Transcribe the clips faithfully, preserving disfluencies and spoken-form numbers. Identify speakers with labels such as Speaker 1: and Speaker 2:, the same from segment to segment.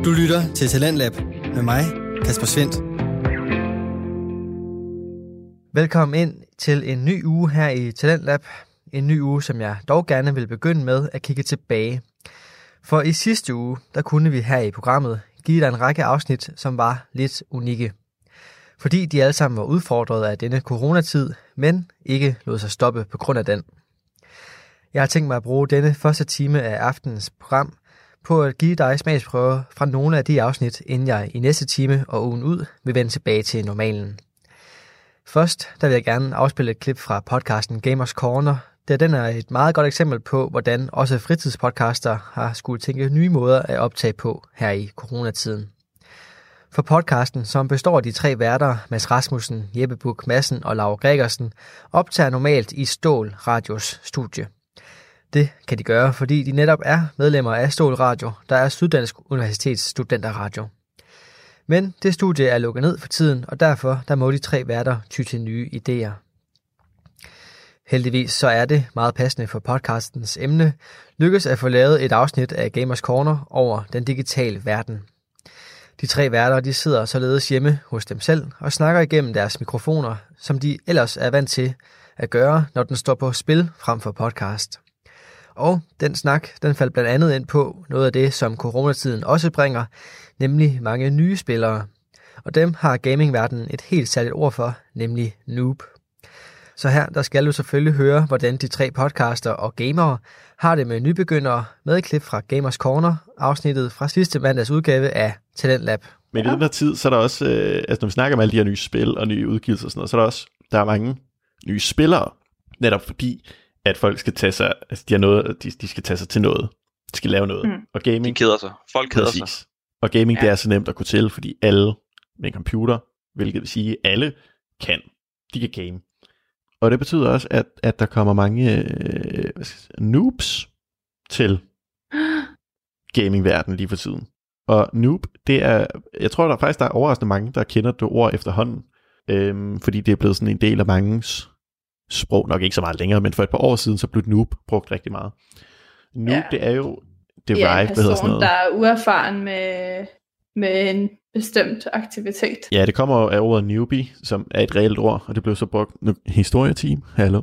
Speaker 1: Du lytter til Talentlab med mig, Kasper Svendt.
Speaker 2: Velkommen ind til en ny uge her i Talentlab. En ny uge, som jeg dog gerne vil begynde med at kigge tilbage. For i sidste uge, der kunne vi her i programmet give dig en række afsnit, som var lidt unikke. Fordi de alle sammen var udfordret af denne coronatid, men ikke lod sig stoppe på grund af den. Jeg har tænkt mig at bruge denne første time af aftenens program på at give dig smagsprøver fra nogle af de afsnit, inden jeg i næste time og ugen ud vil vende tilbage til normalen. Først der vil jeg gerne afspille et klip fra podcasten Gamers Corner, da den er et meget godt eksempel på, hvordan også fritidspodcaster har skulle tænke nye måder at optage på her i coronatiden. For podcasten, som består af de tre værter, Mads Rasmussen, Jeppe Buch Madsen og Laura Gregersen, optager normalt i Stål Radios studie. Det kan de gøre, fordi de netop er medlemmer af Stål Radio, der er Syddansk Universitets studenterradio. Men det studie er lukket ned for tiden, og derfor der må de tre værter ty til nye idéer. Heldigvis så er det meget passende for podcastens emne, lykkes at få lavet et afsnit af Gamers Corner over den digitale verden. De tre værter de sidder således hjemme hos dem selv og snakker igennem deres mikrofoner, som de ellers er vant til at gøre, når den står på spil frem for podcast. Og den snak, den faldt blandt andet ind på noget af det, som coronatiden også bringer, nemlig mange nye spillere. Og dem har gamingverdenen et helt særligt ord for, nemlig noob. Så her der skal du selvfølgelig høre, hvordan de tre podcaster og gamere har det med nybegyndere med et klip fra Gamers Corner, afsnittet fra sidste mandags udgave af Talentlab.
Speaker 3: Men i den her tid, så er der også, øh, altså når vi snakker om alle de her nye spil og nye udgivelser og sådan noget, så er der også, der er mange nye spillere, netop fordi at folk skal tage sig, altså de har noget, de, de skal tage sig til noget, de skal lave noget. Mm. Og gaming,
Speaker 4: de keder sig. Folk keder
Speaker 3: præcis.
Speaker 4: sig.
Speaker 3: Og gaming, ja. Det er så nemt at gå til, fordi alle med en computer, hvilket vil sige, alle kan, de kan game. Og det betyder også, at, at der kommer mange øh, hvad skal jeg sige, noobs til gamingverdenen lige for tiden. Og noob, det er, jeg tror der faktisk der er overraskende mange, der kender det ord efterhånden, øhm, fordi det er blevet sådan en del af mangens sprog, nok ikke så meget længere, men for et par år siden, så blev noob brugt rigtig meget. Noob, ja. Det er jo derived,
Speaker 5: ja, en person,
Speaker 3: hvad hedder sådan noget.
Speaker 5: Der er uerfaren med, med en bestemt aktivitet.
Speaker 3: Ja, det kommer af ordet newbie, som er et reelt ord, og det blev så brugt, nu, historieteam, hallo.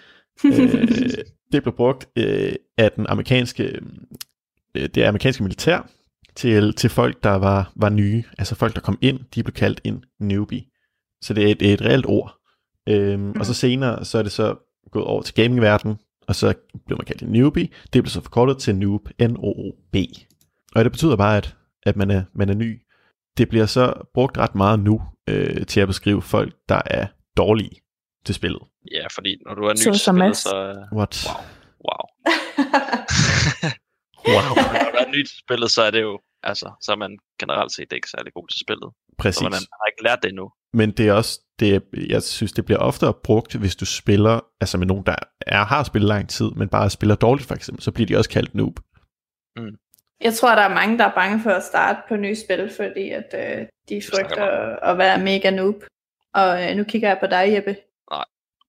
Speaker 3: øh, det blev brugt øh, af den amerikanske, øh, det amerikanske militær, til, til folk, der var, var nye, altså folk, der kom ind, de blev kaldt en newbie. Så det er et, et reelt ord. Øhm, mm. Og så senere, så er det så gået over til gamingverdenen, og så blev man kaldt en newbie. Det blev så forkortet til noob, N O O B. Og det betyder bare, at, at man, er, man er ny. Det bliver så brugt ret meget nu øh, til at beskrive folk, der er dårlige til spillet.
Speaker 4: Ja, fordi når du er ny
Speaker 5: så
Speaker 4: til spillet, så...
Speaker 3: What?
Speaker 4: Wow. Wow.
Speaker 3: wow.
Speaker 4: Når du er ny til spillet, så er det jo, altså, så er man generelt set ikke særlig god til spillet.
Speaker 3: Præcis.
Speaker 4: Så man har ikke lært det endnu.
Speaker 3: Men det er også, det, jeg synes, det bliver oftere brugt, hvis du spiller, altså med nogen, der er, har spillet lang tid, men bare spiller dårligt for eksempel, så bliver de også kaldt noob.
Speaker 4: Mm.
Speaker 5: Jeg tror, der er mange, der er bange for at starte på nye spil, fordi at, øh, de frygter at være mega noob. Og øh, nu kigger jeg på dig, Jeppe.
Speaker 4: Nej.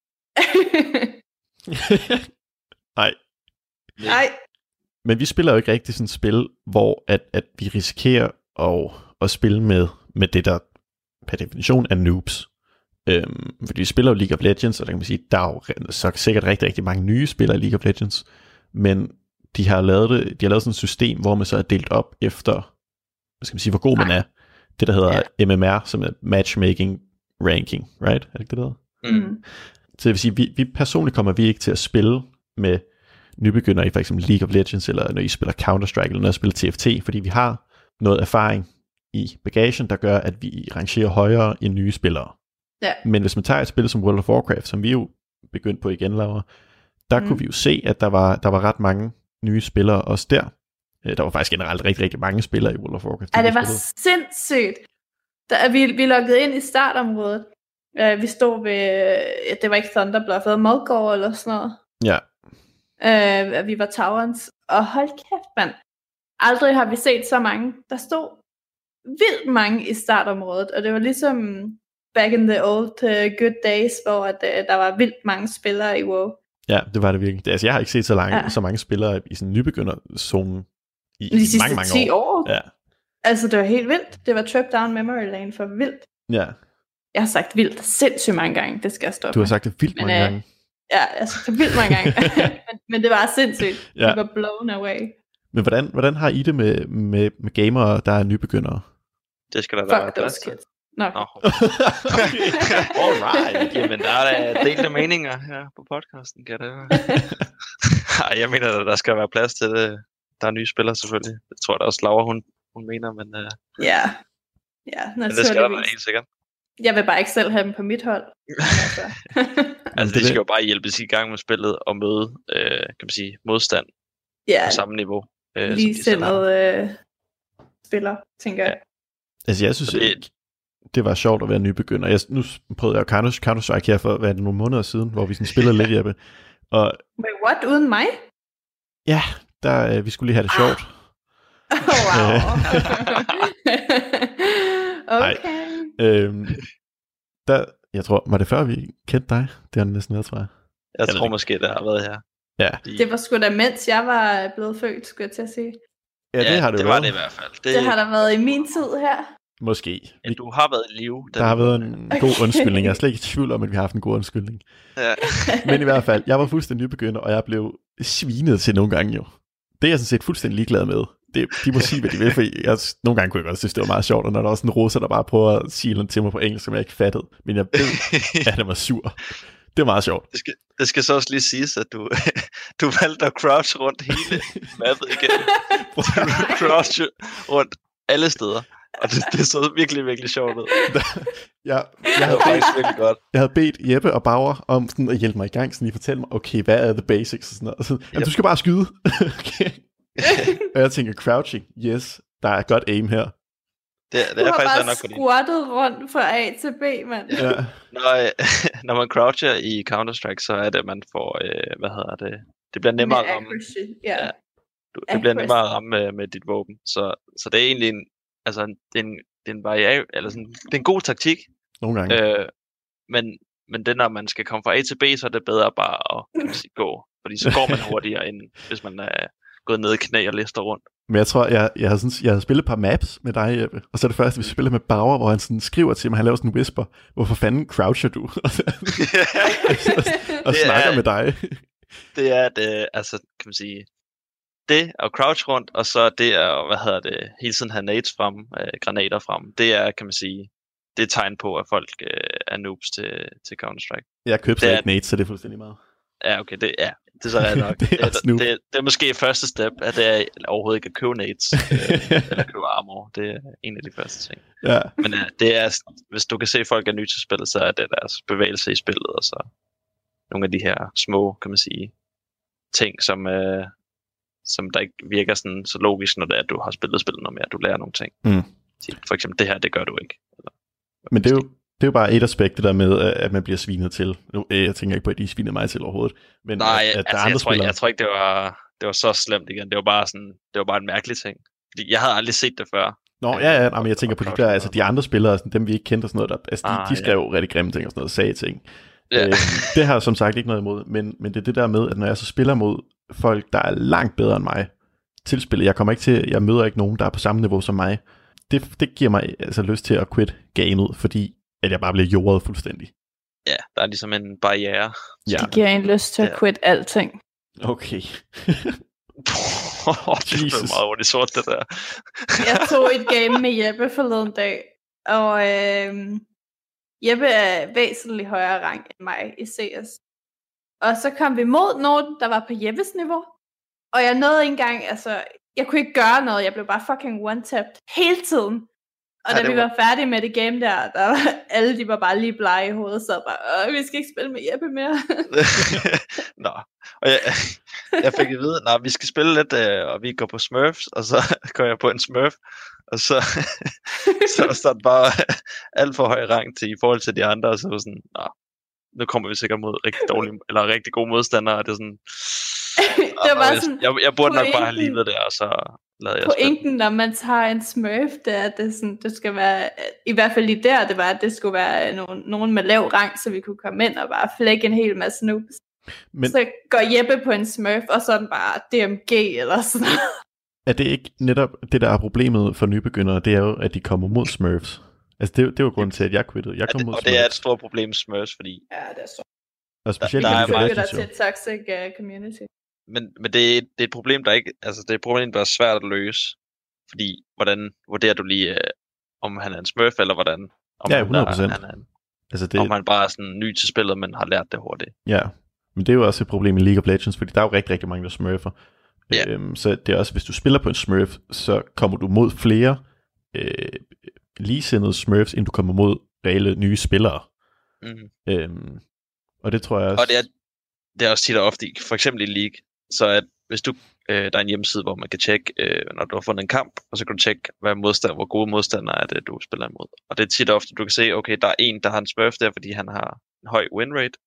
Speaker 3: Nej.
Speaker 5: Nej.
Speaker 3: Men vi spiller jo ikke rigtig sådan et spil, hvor at, at vi risikerer at, at spille med, med det, der per definition er noobs. Øhm, fordi vi spiller jo League of Legends, og der kan man sige, der er jo så sikkert rigtig, rigtig mange nye spillere i League of Legends, men de har lavet det, de har lavet sådan et system, hvor man så er delt op efter, hvad skal man sige, hvor god man er. Det der hedder ja. M M R, som er Matchmaking Ranking, right? Er det ikke det der?
Speaker 5: Mm.
Speaker 3: Så det vil sige, vi, vi personligt kommer vi ikke til at spille med nybegyndere i for eksempel League of Legends, eller når I spiller Counter-Strike, eller når I spiller T F T, fordi vi har noget erfaring i bagagen, der gør, at vi rangerer højere end nye spillere.
Speaker 5: Ja.
Speaker 3: Men hvis man tager et spil som World of Warcraft, som vi jo begyndte på igen, Laura, der mm. kunne vi jo se, at der var, der var ret mange nye spillere også der. Der var faktisk generelt rigtig, rigtig mange spillere i World of Warcraft.
Speaker 5: Ja, det var spillede. Sindssygt. Der, vi, vi loggede ind i startområdet. Uh, vi stod ved, ja, det var ikke Thunderbluff, det var Mulgore eller sådan noget.
Speaker 3: Ja.
Speaker 5: Uh, vi var Taverns. Og hold kæft, mand. Aldrig har vi set så mange. Der stod vildt mange i startområdet, og det var ligesom back in the old uh, good days, hvor at, uh, der var vildt mange spillere i WoW.
Speaker 3: Ja, det var det virkelig. Det, altså, jeg har ikke set så, lange, ja. så mange spillere i sådan en nybegynderzonen i,
Speaker 5: de sidste
Speaker 3: mange, mange
Speaker 5: ti år.
Speaker 3: år. Ja.
Speaker 5: Altså, det var helt vildt. Det var Trip Down Memory Lane for vildt.
Speaker 3: Ja.
Speaker 5: Jeg har sagt vildt sindssygt mange gange. Det skal jeg stoppe
Speaker 3: Du har
Speaker 5: med.
Speaker 3: sagt det vildt mange
Speaker 5: Men, øh,
Speaker 3: gange.
Speaker 5: Ja, altså det vildt mange gange. men, men det var sindssygt.
Speaker 3: Ja.
Speaker 5: Det var blown away.
Speaker 3: Men hvordan, hvordan har I det med, med, med gamere, der er nybegyndere?
Speaker 4: Det skal der være
Speaker 5: Fuck
Speaker 4: plads
Speaker 5: those
Speaker 4: til.
Speaker 5: kids. Nå.
Speaker 4: Nå. Alright. Jamen, der er da delte meninger her på podcasten, kan det være. Ej, jeg mener, der skal være plads til det. Der er nye spillere selvfølgelig. Det tror jeg da også Laura, hun, hun mener, men, uh,
Speaker 5: Ja. Ja,
Speaker 4: men det skal der være
Speaker 5: naturligvis.
Speaker 4: helt sikkert.
Speaker 5: Jeg vil bare ikke selv have dem på mit hold. Altså.
Speaker 4: Altså,
Speaker 3: det
Speaker 4: de skal
Speaker 3: er
Speaker 4: jo bare hjælpes i gang med spillet og møde, øh, kan man sige, modstand
Speaker 5: Ja,
Speaker 4: på samme niveau. Øh,
Speaker 5: lige
Speaker 4: som de selv har.
Speaker 5: sindet øh, spiller, tænker jeg.
Speaker 3: Altså jeg synes
Speaker 4: Så det-
Speaker 3: ikke, det var sjovt at være nybegynder. Jeg, nu prøvede jeg Counter- Counter-Strike her for hvad er det, nogle måneder siden, hvor vi sådan spillede lidt, Jeppe. Og
Speaker 5: Wait, what? Uden mig?
Speaker 3: ja, der, øh, vi skulle lige have det sjovt.
Speaker 5: Oh, wow. Okay.
Speaker 3: Øhm, der, jeg tror, var det før vi kendte dig? Det er det næsten været, tror jeg.
Speaker 4: Jeg
Speaker 3: Jeg ved
Speaker 4: tror
Speaker 3: ikke.
Speaker 4: måske, det har været her.
Speaker 3: Ja,
Speaker 4: Fordi,
Speaker 5: Det var sgu da mens jeg var blevet født, skulle jeg til at sige.
Speaker 3: ja, det har det,
Speaker 4: det
Speaker 3: jo
Speaker 4: var
Speaker 3: været.
Speaker 4: det i hvert fald. Det,
Speaker 5: Det har der været i min tid her.
Speaker 3: Måske.
Speaker 4: ja, du har været i live.
Speaker 3: Der har været en god undskyldning. Jeg er slet ikke i tvivl om, at vi har haft en god undskyldning.
Speaker 4: Ja.
Speaker 3: Men i hvert fald, jeg var fuldstændig nybegynder, og jeg blev svinet til nogle gange jo. Det er jeg sådan set fuldstændig ligeglad med. Det, de må sige, hvad de vil, for jeg, nogle gange kunne jeg godt synes, det var meget sjovt, og når der var sådan en russer, der bare prøver at sige noget til mig på engelsk, som jeg ikke fattede. Men jeg ved, at han var sur. Det var meget sjovt.
Speaker 4: Det skal, det skal så også lige siges, at du, du valgte at crouch rundt hele mappet igen. Du crouch rundt alle steder. Og det, det så virkelig, virkelig sjovt ud.
Speaker 3: Jeg, jeg,
Speaker 4: Det
Speaker 3: havde
Speaker 4: var
Speaker 3: bedt,
Speaker 4: faktisk virkelig godt.
Speaker 3: jeg havde bedt Jeppe og Bauer om sådan at hjælpe mig i gang, sådan at fortælle mig, okay, hvad er the basics og sådan noget. Og så, jamen,
Speaker 4: Yep.
Speaker 3: du skal bare skyde. Okay. Og jeg tænker, crouching, yes, der er godt aim her.
Speaker 4: Det, det
Speaker 5: Du
Speaker 4: er
Speaker 5: har
Speaker 4: faktisk
Speaker 5: bare
Speaker 4: nok fordi,
Speaker 5: squattet rundt fra A til B, mand.
Speaker 3: Ja.
Speaker 4: når, øh, når man croucher i Counter-Strike, så er det, at man får, øh, hvad hedder det, det bliver nemmere
Speaker 5: Med
Speaker 4: at ramme.
Speaker 5: accuracy, ja.
Speaker 4: Ja. Du, det bliver
Speaker 5: Accuracy.
Speaker 4: nemmere at ramme med, med dit våben. Så, så det er egentlig en, altså, det er en, det er en variabel, eller sådan, det er en god taktik,
Speaker 3: Nogle gange.
Speaker 4: øh, men, men det, når man skal komme fra A til B, så er det bedre bare at kan man sige, gå. Fordi så går man hurtigere, end hvis man er gået ned i knæ og lister rundt.
Speaker 3: Men jeg tror, jeg, jeg, har sådan, jeg har spillet et par maps med dig, Jeppe. Og så er det første, vi spiller med Bauer, hvor han sådan skriver til mig, han laver sådan en whisper, hvorfor fanden croucher du? og og
Speaker 4: Det
Speaker 3: snakker
Speaker 4: er-
Speaker 3: med dig.
Speaker 4: Det er det, altså, kan man sige, det at crouch rundt, og så det at, hvad hedder det, hele tiden have nades frem, øh, granater frem, det er, kan man sige, det er tegn på, at folk øh, er noobs til, til Counter-Strike.
Speaker 3: Jeg købte
Speaker 4: Det
Speaker 3: så
Speaker 4: er-
Speaker 3: ikke nades, så det er fuldstændig meget.
Speaker 4: Ja, okay, det er, det er så ret nok.
Speaker 3: Det er
Speaker 4: det,
Speaker 3: også noob.
Speaker 4: det, det er måske første step, at det er overhovedet ikke at købe nades, øh, eller købe armor. Det er en af de første ting.
Speaker 3: Ja.
Speaker 4: Men uh, det er, hvis du kan se, at folk er nye til spillet, så er det deres bevægelse i spillet, og så nogle af de her små, kan man sige, ting, som, uh, som der ikke virker sådan så logisk, når det er, at du har spillet spillet noget mere, du lærer nogle ting.
Speaker 3: Mm.
Speaker 4: For eksempel, det her, det gør du ikke. Eller,
Speaker 3: Men det er, jo, det er jo bare et aspekt, det der med, at man bliver svinet til. Nu, øh, jeg tænker ikke på, at de sviner mig til overhovedet. Men
Speaker 4: nej,
Speaker 3: at, at der
Speaker 4: altså,
Speaker 3: er andre
Speaker 4: jeg, tror,
Speaker 3: spillere.
Speaker 4: jeg tror ikke, det var, det var så slemt igen. Det var bare sådan, det var bare en mærkelig ting. Fordi jeg havde aldrig set det før.
Speaker 3: Nå, ja, ja, nej, men jeg tænker på de der, altså de andre spillere, sådan, dem vi ikke kendte og sådan noget, der, altså de,
Speaker 4: Ah,
Speaker 3: de skrev ja. rigtig grimme ting og sådan noget, sagde ting.
Speaker 4: Ja.
Speaker 3: Øhm, det har jeg som sagt ikke noget imod, men, men det er det der med, at når jeg så spiller mod folk, der er langt bedre end mig til spillet, jeg kommer ikke til, jeg møder ikke nogen, der er på samme niveau som mig, det, det giver mig altså lyst til at quit gamet, fordi at jeg bare bliver jordet fuldstændig.
Speaker 4: Ja, der er ligesom en barriere.
Speaker 3: Ja,
Speaker 5: Det giver en lyst til at
Speaker 4: Ja.
Speaker 5: quit alting.
Speaker 3: okay.
Speaker 4: det er
Speaker 3: Jesus.
Speaker 4: meget hurtigt sort, det der.
Speaker 5: Jeg tog et game med Jeppe forleden dag, og øh, Jeppe er væsentligt højere rang end mig i C S. Og så kom vi mod nogen, der var på Jeppes niveau, og jeg nåede ikke engang, altså, jeg kunne ikke gøre noget, jeg blev bare fucking one-tapped hele tiden. Og
Speaker 4: Ja,
Speaker 5: da
Speaker 4: det
Speaker 5: vi
Speaker 4: var-
Speaker 5: var færdige med det game der, der var, alle de var bare lige blege i hovedet, så bare, Åh, vi skal ikke spille med Jeppe mere.
Speaker 4: Nå, og jeg, jeg fik at vide, at vi skal spille lidt, øh, og vi går på Smurfs, og så går jeg på en Smurf, og så, så står den bare alt for høj rang til i forhold til de andre, og så var sådan, nå, nu kommer vi sikkert mod rigtig dårlige, eller rigtig gode modstandere, og det er sådan,
Speaker 5: Det var
Speaker 4: og
Speaker 5: bare
Speaker 4: jeg,
Speaker 5: sådan,
Speaker 4: jeg, jeg burde nok bare have
Speaker 5: pointen-
Speaker 4: livet der, og så lavede jeg spil.
Speaker 5: pointen, når man tager en smurf, det er, at det, sådan, det skal være, i hvert fald lige der, det var, at det skulle være nogen, nogen med lav rang, så vi kunne komme ind og bare flække en hel masse noobs.
Speaker 3: Men,
Speaker 5: Så går Jeppe på en smurf, og så er den bare D M G eller sådan noget.
Speaker 3: er det ikke netop det, der er problemet for nybegyndere, det er jo, at de kommer mod Smurfs. Altså, det, det var grunden til, at jeg quittede. Jeg kom
Speaker 4: ja, det,
Speaker 3: mod
Speaker 4: og
Speaker 3: Smurfs.
Speaker 4: det er et stort problem med Smurfs, fordi...
Speaker 5: Ja, det er så.
Speaker 3: Og specielt
Speaker 4: der, der
Speaker 3: i
Speaker 4: er
Speaker 3: League of
Speaker 4: meget-
Speaker 3: Legends,
Speaker 5: Det er
Speaker 3: jo.
Speaker 5: til et toxic uh, community.
Speaker 4: Men, men det, er, det er et problem, der ikke... Altså, det er et problem, der er svært at løse. Fordi, hvordan vurderer du lige, øh, om han er en smurf, eller hvordan? Om
Speaker 3: Ja,
Speaker 4: han
Speaker 3: hundrede procent.
Speaker 4: Er, han er en,
Speaker 3: Altså,
Speaker 4: det... Om
Speaker 3: det,
Speaker 4: han bare er sådan ny til spillet, men har lært det hurtigt.
Speaker 3: ja. Men det er jo også et problem i League of Legends, fordi der er jo rigtig, rigtig mange, der smurfer.
Speaker 4: Ja.
Speaker 3: Øhm, så det er også, hvis du spiller på en smurf, så kommer du mod flere øh, ligesindede smurfs, end du kommer mod reelle nye spillere.
Speaker 4: Mm.
Speaker 3: Øhm, og det tror jeg også...
Speaker 4: Og det er, det er også tit og ofte, for eksempel i League, så at hvis du, øh, der er en hjemmeside, hvor man kan tjekke, øh, når du har fundet en kamp, og så kan du tjekke, hvad modstand, hvor gode modstandere er det, du spiller imod. Og det er tit og ofte, du kan se, okay, der er en, der har en smurf der, fordi han har en høj win rate,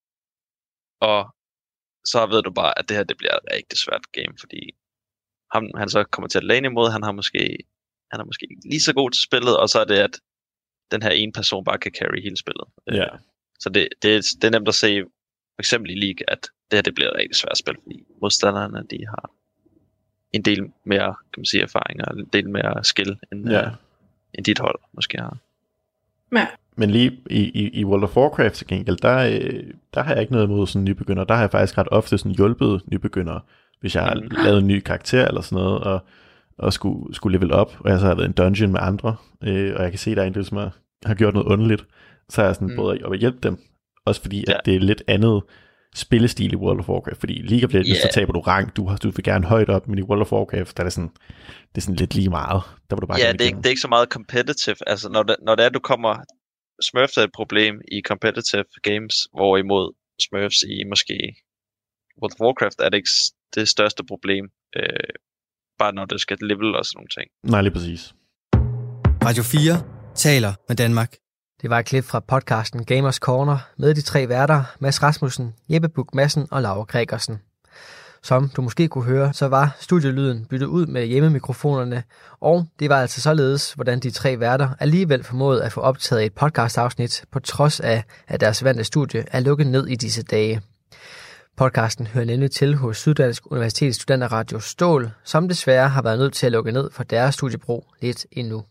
Speaker 4: og så ved du bare, at det her, det bliver et rigtig svært game, fordi ham, han så kommer til at lane imod, han har måske, han er måske ikke lige så god til spillet, og så er det, at den her ene person bare kan carry hele spillet.
Speaker 3: Ja.
Speaker 4: Så det, det, er, det er nemt at se, for eksempel i League, at det her det bliver et rigtig svært spil, fordi modstanderne, de har en del mere, kan man sige, erfaring, og en del mere skill, end,
Speaker 3: Ja.
Speaker 4: uh, end dit hold måske har.
Speaker 5: Ja.
Speaker 3: Men lige i, i, i World of Warcraft til gengæld, der, øh, der har jeg ikke noget imod sådan nybegynder. Der har jeg faktisk ret ofte sådan hjulpet nybegyndere, hvis jeg har
Speaker 4: Mm.
Speaker 3: lavet en ny karakter eller sådan noget, og, og skulle, skulle level op, og jeg så har været i en dungeon med andre, øh, og jeg kan se, der er en, der som har, har gjort noget underligt, så er jeg sådan
Speaker 4: Mm.
Speaker 3: både op at hjælpe dem, også fordi
Speaker 4: Ja.
Speaker 3: at det er lidt andet spillestil i World of Warcraft, fordi i League of Legends,
Speaker 4: Yeah.
Speaker 3: så taber du rank, du, har, du vil gerne højt op, men i World of Warcraft, der er det sådan, det er sådan lidt lige meget. Der var du bare
Speaker 4: Ja,
Speaker 3: gerne
Speaker 4: det er, ikke,
Speaker 3: igennem.
Speaker 4: det er ikke så meget competitive. Altså, når det, når det er, du kommer... Smurfs er et problem i competitive games, hvorimod Smurfs i måske World of Warcraft er det ikke s- det største problem. Øh, bare når det skal level og sådan nogle ting.
Speaker 3: Nej, lige præcis.
Speaker 1: Radio fire taler med Danmark.
Speaker 2: Det var et klip fra podcasten Gamers Corner med de tre værter, Mads Rasmussen, Jeppe Buch Madsen og Laura Gregersen. Som du måske kunne høre, så var studielyden byttet ud med hjemmemikrofonerne, og det var altså således, hvordan de tre værter alligevel formåede at få optaget et podcastafsnit, på trods af, at deres vante studie er lukket ned i disse dage. Podcasten hører nemlig til hos Syddansk Universitets Studenterradio Stål, som desværre har været nødt til at lukke ned for deres studiebrug lidt endnu.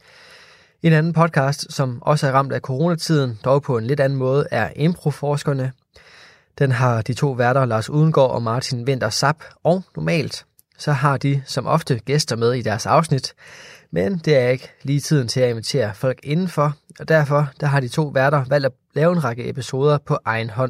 Speaker 2: En anden podcast, som også er ramt af coronatiden, dog på en lidt anden måde, er Improforskerne. Den har de to værter, Lars Udengård og Martin Winther Sapp, og normalt så har de som ofte gæster med i deres afsnit, men det er ikke lige tiden til at invitere folk indenfor, og derfor der har de to værter valgt at lave en række episoder på egen hånd.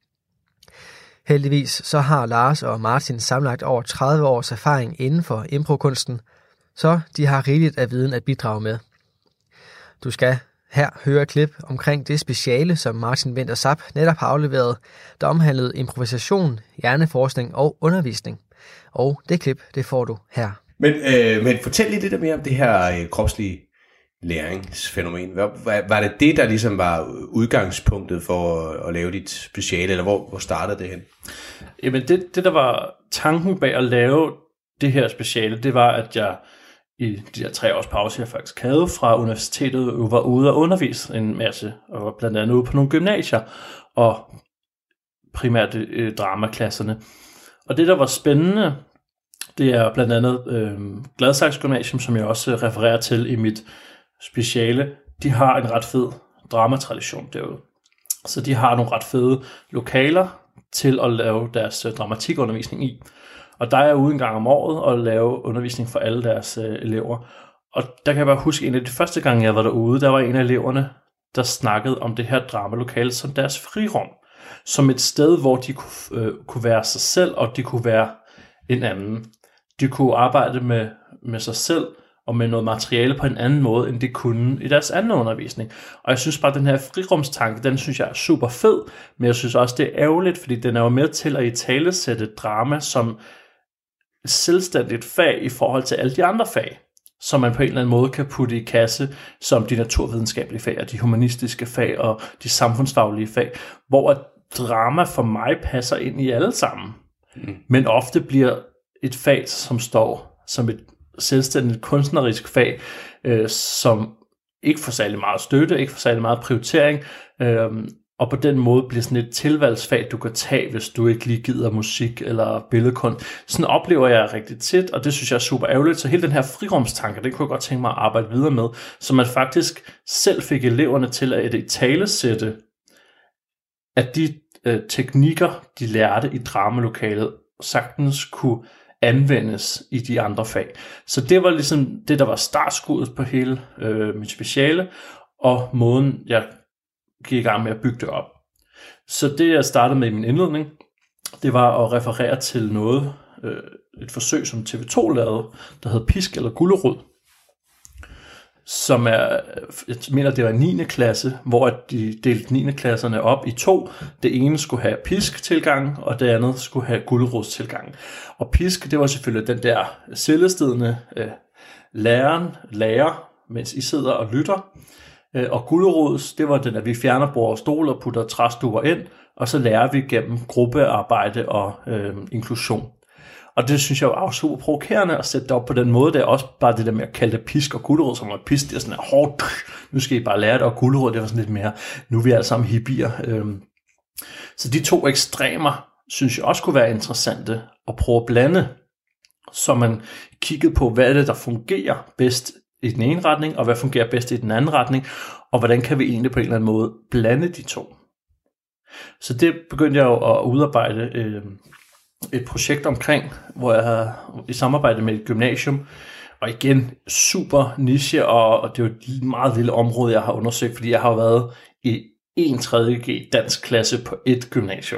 Speaker 2: Heldigvis så har Lars og Martin sammenlagt over tredive års erfaring inden for improkunsten, så de har rigeligt af viden at bidrage med. Du skal her høre et klip omkring det speciale, som Martin Winther Sapp netop har afleveret, der omhandlede improvisation, hjerneforskning og undervisning. Og det klip, det får du her.
Speaker 6: Men, øh, men fortæl lige lidt mere om det her øh, kropslige læringsfænomen. Var, var, var det det, der ligesom var udgangspunktet for at, at lave dit speciale, eller hvor, hvor startede det hen?
Speaker 7: Jamen det, det, der var tanken bag at lave det her speciale, det var, at jeg i de her tre års pause, jeg faktisk havde fra universitetet, var ude og undervise en masse, og var blandt andet ude på nogle gymnasier, og primært øh, dramaklasserne. Og det, der var spændende, det er blandt andet øh, Gladsaxe Gymnasium, som jeg også refererer til i mit speciale. De har en ret fed dramatradition derude. Så de har nogle ret fede lokaler til at lave deres øh, dramatikundervisning i. Og der er jeg ude en gang om året og lave undervisning for alle deres øh, elever. Og der kan jeg bare huske, en af de første gange, jeg var derude, der var en af eleverne, der snakkede om det her dramalokale som deres frirum. Som et sted, hvor de kunne, øh, kunne være sig selv, og de kunne være en anden. De kunne arbejde med, med sig selv og med noget materiale på en anden måde, end de kunne i deres anden undervisning. Og jeg synes bare, at den her frirumstanke, den synes jeg er super fed, men jeg synes også, det er ærgerligt, fordi den er jo med til at italesætte drama som selvstændigt fag i forhold til alle de andre fag, som man på en eller anden måde kan putte i kasse, som de naturvidenskabelige fag, og de humanistiske fag, og de samfundsfaglige fag, hvor drama for mig passer ind i alle sammen, mm. men ofte bliver et fag, som står som et selvstændigt kunstnerisk fag, øh, som ikke får særlig meget støtte, ikke får særlig meget prioritering, øh, og på den måde bliver sådan et tilvalgsfag, du kan tage, hvis du ikke lige gider musik eller billedkunst. Sådan oplever jeg rigtig tit, og det synes jeg er super ærgerligt. Så hele den her frirumstanke, det kunne jeg godt tænke mig at arbejde videre med, så man faktisk selv fik eleverne til at italesætte, at de øh, teknikker, de lærte i dramalokalet, sagtens kunne anvendes i de andre fag. Så det var ligesom det, der var startskuddet på hele øh, mit speciale, og måden, jeg gik i gang med at bygge det op. Så det, jeg startede med i min indledning, det var at referere til noget, øh, et forsøg, som T V to lavede, der hed Pisk eller Gulerod, som er, jeg mener, det var niende klasse, hvor de delte niende klasserne op i to. Det ene skulle have pisk-tilgang, og det andet skulle have gulerodstilgang. Og pisk, det var selvfølgelig den der selvestedende øh, læreren, lærer, mens I sidder og lytter. Øh, og gulerods, det var den, at vi fjerner bord og stol og putter træstuer ind, og så lærer vi gennem gruppearbejde og øh, inklusion. Og det synes jeg var super provokerende at sætte det op på den måde. Det er også bare det der med at kalde det pisk og gulerod, som var pisk, det er sådan hårdt, nu skal I bare lære det, og gulerod, det var sådan lidt mere, nu er vi alle sammen hippier. Så de to ekstremer, synes jeg også kunne være interessante at prøve at blande, så man kiggede på, hvad er det, der fungerer bedst i den ene retning, og hvad fungerer bedst i den anden retning, og hvordan kan vi egentlig på en eller anden måde blande de to. Så det begyndte jeg jo at udarbejde øh, et projekt omkring, hvor jeg har i samarbejde med et gymnasium, og igen super niche, og, og det er jo et meget lille område, jeg har undersøgt, fordi jeg har været i en tredje G dansk klasse på et gymnasium.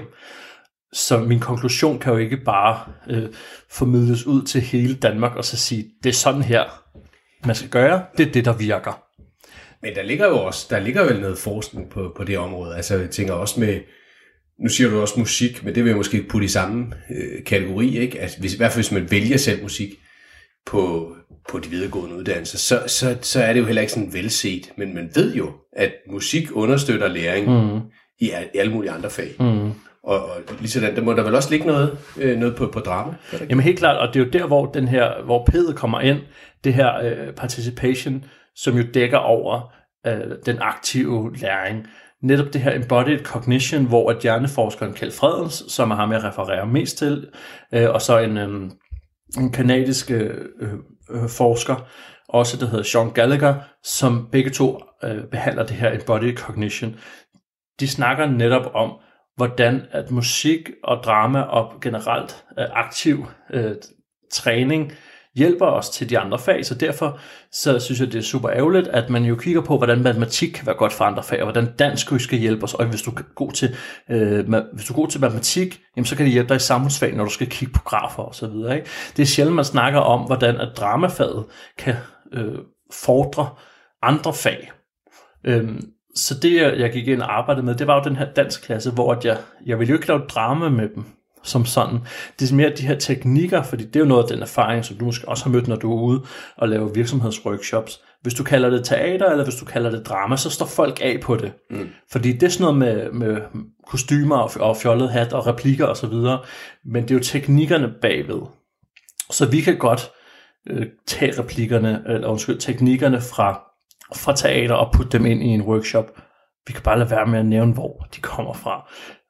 Speaker 7: Så min konklusion kan jo ikke bare øh, formidles ud til hele Danmark, og så sige, det er sådan her, man skal gøre, det er det, der virker.
Speaker 6: Men der ligger jo også, der ligger vel noget forskning på, på det område. Altså jeg tænker også med, nu siger du også musik, men det vil jeg måske putte i samme øh, kategori, ikke? Altså, hvis, i hvert fald hvis man vælger selv musik på, på de videregående uddannelser, så, så, så er det jo heller ikke sådan velset. Men man ved jo, at musik understøtter læring mm. i, i alle mulige andre fag. Mm. Og, og lige sådan, der må der vel også ligge noget, øh, noget på, på drama?
Speaker 7: Jamen helt klart, og det er jo der, hvor, den her, hvor P'et kommer ind, det her øh, participation, som jo dækker over øh, den aktive læring. Netop det her embodied cognition, hvor at hjerneforskeren Kjeld Fredens, som er ham jeg refererer mest til, øh, og så en, øh, en kanadisk øh, øh, forsker, også der hedder Sean Gallagher, som begge to øh, behandler det her embodied cognition. De snakker netop om, hvordan at musik og drama og generelt øh, aktiv øh, træning hjælper os til de andre fag, så derfor så synes jeg, det er super ærgerligt, at man jo kigger på, hvordan matematik kan være godt for andre fag, og hvordan dansk skal hjælpe os, og hvis du er god til, øh, hvis du er god til matematik, jamen, så kan det hjælpe dig i samfundsfag, når du skal kigge på grafer og så videre. Ikke? Det er sjældent, man snakker om, hvordan at dramafaget kan øh, fordre andre fag. Øhm, så det, jeg gik ind og arbejdede med, det var jo den her dansk klasse, hvor jeg, jeg ville jo ikke lave drama med dem, som sådan. Det er mere de her teknikker, fordi det er jo noget af den erfaring, som du måske også har mødt, når du er ude og laver virksomhedsworkshops. Hvis du kalder det teater, eller hvis du kalder det drama, så står folk af på det. Mm. Fordi det er sådan noget med, med kostymer og fjollet hat og replikker og så videre, men det er jo teknikkerne bagved. Så vi kan godt øh, tage replikkerne, eller undskyld, teknikkerne fra, fra teater og putte dem ind i en workshop. Vi kan bare lade være med at nævne, hvor de kommer fra.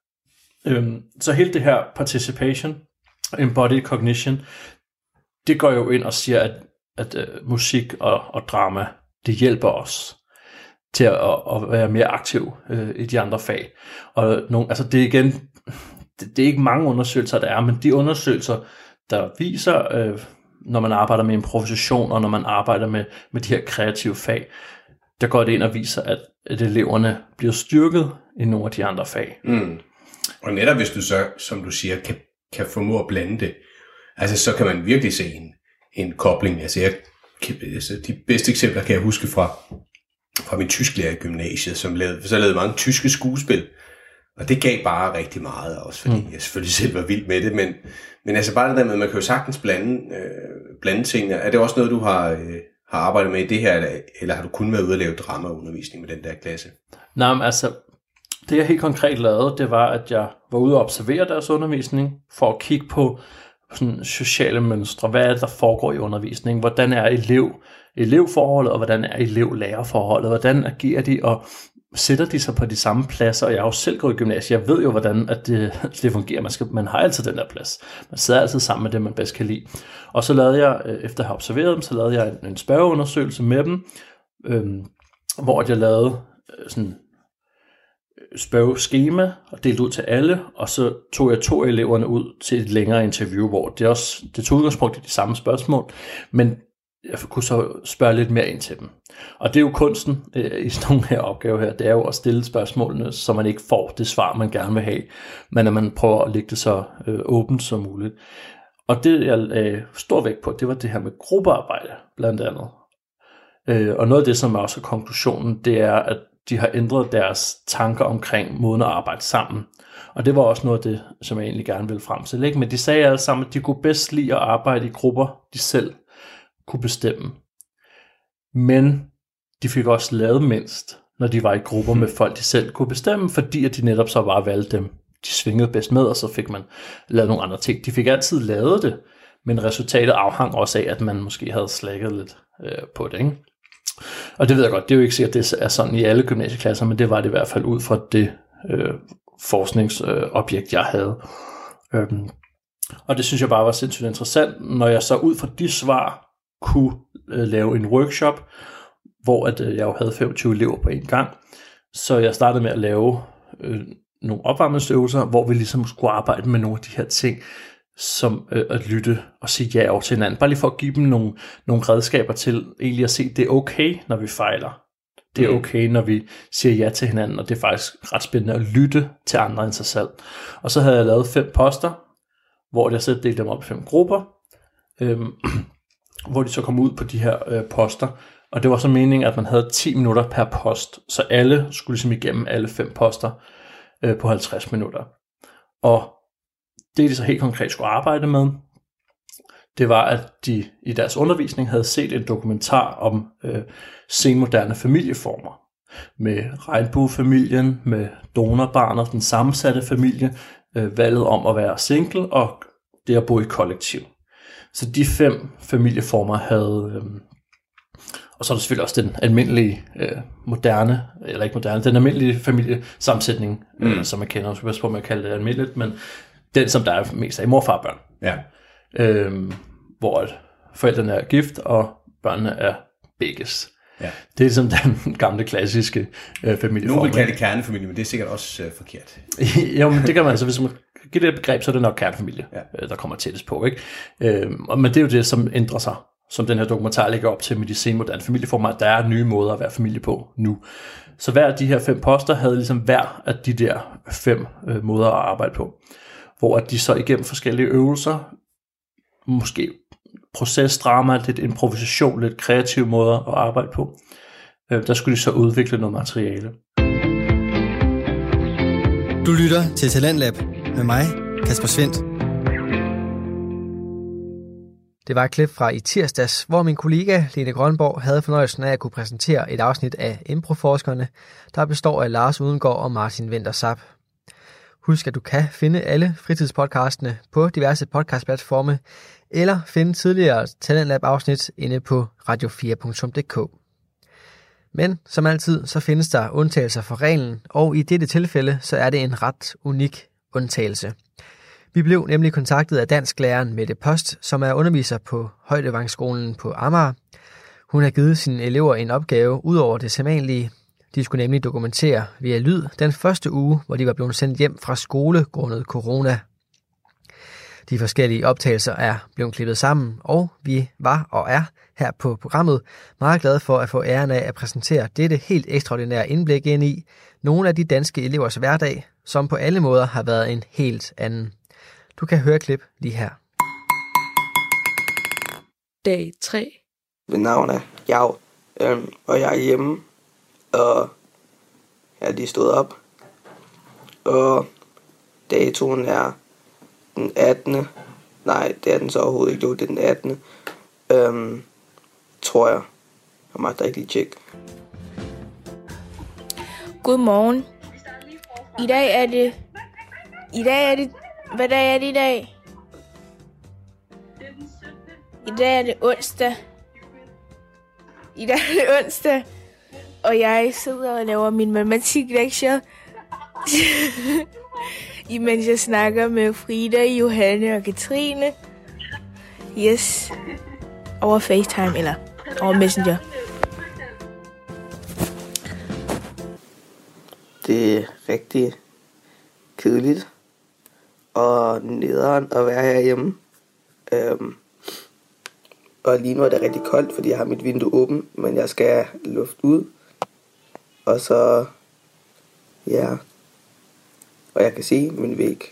Speaker 7: Øhm, så hele det her participation, embodied cognition, det går jo ind og siger, at, at uh, musik og, og drama, det hjælper os til at, at være mere aktiv uh, i de andre fag. Og nogle, altså det er igen, det, det er ikke mange undersøgelser, der er, men de undersøgelser, der viser, uh, når man arbejder med improvisation, og når man arbejder med, med de her kreative fag, der går det ind og viser, at, at eleverne bliver styrket i nogle af de andre fag.
Speaker 6: Mm. Og netop hvis du så, som du siger, kan, kan formå at blande det, altså så kan man virkelig se en, en kobling. Altså, jeg, altså de bedste eksempler kan jeg huske fra, fra min tysklærer i gymnasiet, som lavede, så lavede mange tyske skuespil. Og det gav bare rigtig meget, også fordi mm. jeg selvfølgelig selv var vild med det. Men, men altså bare det der med, at man kan jo sagtens blande, øh, blande tingene. Er det også noget, du har, øh, har arbejdet med i det her, eller, eller har du kun været ude at lave dramaundervisning med den der klasse?
Speaker 7: Nej, men altså... Det jeg helt konkret lavede, det var, at jeg var ude og observere deres undervisning, for at kigge på sådan sociale mønstre. Hvad er det, der foregår i undervisningen? Hvordan er elev, elevforholdet, og hvordan er elev-lærerforholdet? Hvordan agerer de, og sætter de sig på de samme pladser, og jeg har jo selv gået i gymnasiet, jeg ved jo, hvordan at det, det fungerer. Man, skal, man har altid den der plads. Man sidder altid sammen med det, man bedst kan lide. Og så lavede jeg, efter at have observeret dem, så lavede jeg en, en spørgeundersøgelse med dem, øhm, hvor jeg lavede øh, sådan spørgeskema og delte ud til alle, og så tog jeg to af eleverne ud til et længere interview, hvor det også det tog udgangspunkt i de samme spørgsmål, men jeg kunne så spørge lidt mere ind til dem. Og det er jo kunsten øh, i sådan nogle her opgaver her, det er jo at stille spørgsmålene, så man ikke får det svar, man gerne vil have, men at man prøver at lægge det så øh, åbent som muligt. Og det, jeg lagde stor vægt på, det var det her med gruppearbejde, blandt andet. Øh, og noget af det, som er også konklusionen, det er, at de har ændret deres tanker omkring måden at arbejde sammen. Og det var også noget af det, som jeg egentlig gerne ville frem til. Ikke? Men de sagde alle sammen, at de kunne bedst lide at arbejde i grupper, de selv kunne bestemme. Men de fik også lavet mindst, når de var i grupper med folk, de selv kunne bestemme, fordi at de netop så bare valgte dem. De svingede bedst med, og så fik man lavet nogle andre ting. De fik altid lavet det, men resultatet afhang også af, at man måske havde slækket lidt øh, på det. Ikke? Og det ved jeg godt, det er jo ikke sikkert, at det er sådan i alle gymnasieklasser, men det var det i hvert fald ud fra det øh, forskningsobjekt, øh, jeg havde. Øhm, og det synes jeg bare var sindssygt interessant, når jeg så ud fra de svar kunne øh, lave en workshop, hvor at, øh, jeg jo havde femogtyve elever på en gang. Så jeg startede med at lave øh, nogle opvarmningsøvelser, hvor vi ligesom skulle arbejde med nogle af de her ting, som øh, at lytte og sige ja over til hinanden. Bare lige for at give dem nogle, nogle redskaber til egentlig at se, at det er okay, når vi fejler. Det er okay, når vi siger ja til hinanden, og det er faktisk ret spændende at lytte til andre end sig selv. Og så havde jeg lavet fem poster, hvor jeg selv delte dem op i fem grupper, øhm, hvor de så kom ud på de her øh, poster. Og det var så meningen, at man havde ti minutter per post, så alle skulle ligesom igennem alle fem poster øh, på halvtreds minutter. Og det, de så helt konkret skulle arbejde med, det var, at de i deres undervisning havde set en dokumentar om øh, senmoderne familieformer. Med regnbuefamilien, med donorbarnet, den sammensatte familie, øh, valget om at være single og det at bo i kollektiv. Så de fem familieformer havde, øh, og så er der selvfølgelig også den almindelige øh, moderne, eller ikke moderne, den almindelige familiesammensætning, mm. øh, som man kender, jeg skal passe på med at kalde det almindeligt, men den, som der er mest af mor, far og børn.
Speaker 6: Ja.
Speaker 7: Øhm, hvor forældrene er gift, og børnene er begges.
Speaker 6: Ja.
Speaker 7: Det er ligesom den gamle, klassiske øh, familieform.
Speaker 6: Nogle vil kalde det kernefamilie, men det er sikkert også øh, forkert.
Speaker 7: Jo, men det kan man altså, hvis man giver det et begreb, så er det nok kernefamilie,
Speaker 6: ja. øh,
Speaker 7: der kommer tættest på. Ikke? Øhm, men det er jo det, som ændrer sig, som den her dokumentar lægger op til med de senmoderne familieformer, at der er nye måder at være familie på nu. Så hver af de her fem poster havde ligesom hver af de der fem øh, måder at arbejde på. Hvor de så igennem forskellige øvelser, måske procesdrama, lidt improvisation, lidt kreative måder at arbejde på, der skulle de så udvikle noget materiale.
Speaker 1: Du lytter til Talentlab med mig, Kasper Svendt.
Speaker 2: Det var et klip fra i tirsdags, hvor min kollega Lene Grønborg havde fornøjelsen af at kunne præsentere et afsnit af Improforskerne, der består af Lars Udengård og Martin Winther Sapp. Husk, at du kan finde alle fritidspodcastene på diverse podcastplatforme, eller finde tidligere Talentlab-afsnit inde på radio fire punktum d k. Men som altid, så findes der undtagelser for reglen, og i dette tilfælde, så er det en ret unik undtagelse. Vi blev nemlig kontaktet af dansklæreren Mette Post, som er underviser på Højdevangsskolen på Amager. Hun har givet sine elever en opgave ud over det sædvanlige. De skulle nemlig dokumentere via lyd den første uge, hvor de var blevet sendt hjem fra skole grundet corona. De forskellige optagelser er blevet klippet sammen, og vi var og er her på programmet meget glade for at få æren af at præsentere dette helt ekstraordinære indblik ind i nogle af de danske elevers hverdag, som på alle måder har været en helt anden. Du kan høre klip lige her.
Speaker 8: Dag tre.
Speaker 9: Mit navn er Jav, øhm, og jeg er hjemme, og jeg er lige stået op, og datoen er den attende Nej, det er den så overhovedet ikke, jo, det er den attende Øhm, tror jeg. Jeg må da ikke lige tjekke.
Speaker 8: Godmorgen. I dag er det... I dag er det... Hvad dag er det i dag? I dag er det onsdag. I dag er det onsdag. og jeg sidder og laver min matematiklektier, imens jeg snakker med Frida, Johanne og Katrine. Yes. Over FaceTime eller over Messenger.
Speaker 9: Det er rigtig kedeligt og nederen at være herhjemme. Øhm, og lige nu er det rigtig koldt, fordi jeg har mit vindue åbent, men jeg skal luft ud. Og så, ja, og jeg kan se min væg.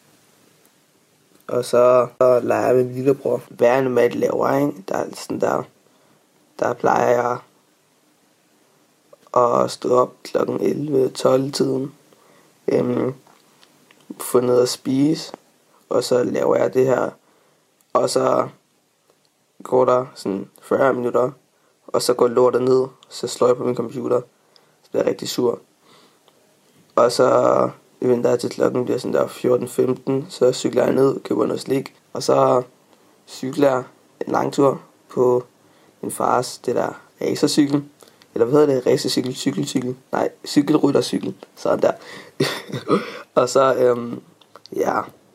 Speaker 9: Og så, så leger jeg med min lillebror. Hvad er normalt laver, ikke? Der er sådan der, der plejer jeg at stå op klokken elleve tolv tiden. Øhm, få noget at spise, og så laver jeg det her. Og så går der sådan fyrre minutter, og så går lortet ned, så slår jeg på min computer. Så bliver jeg rigtig sur. Og så venter jeg til klokken bliver sådan der fjorten femten, så cykler jeg ned, køber noget slik, og så cykler jeg en lang tur på min fars, det der racercykel. Eller hvad hedder det? Racercykel, cykelcykel. Nej, cykelryttercykel. Sådan der. Og så, øhm, ja.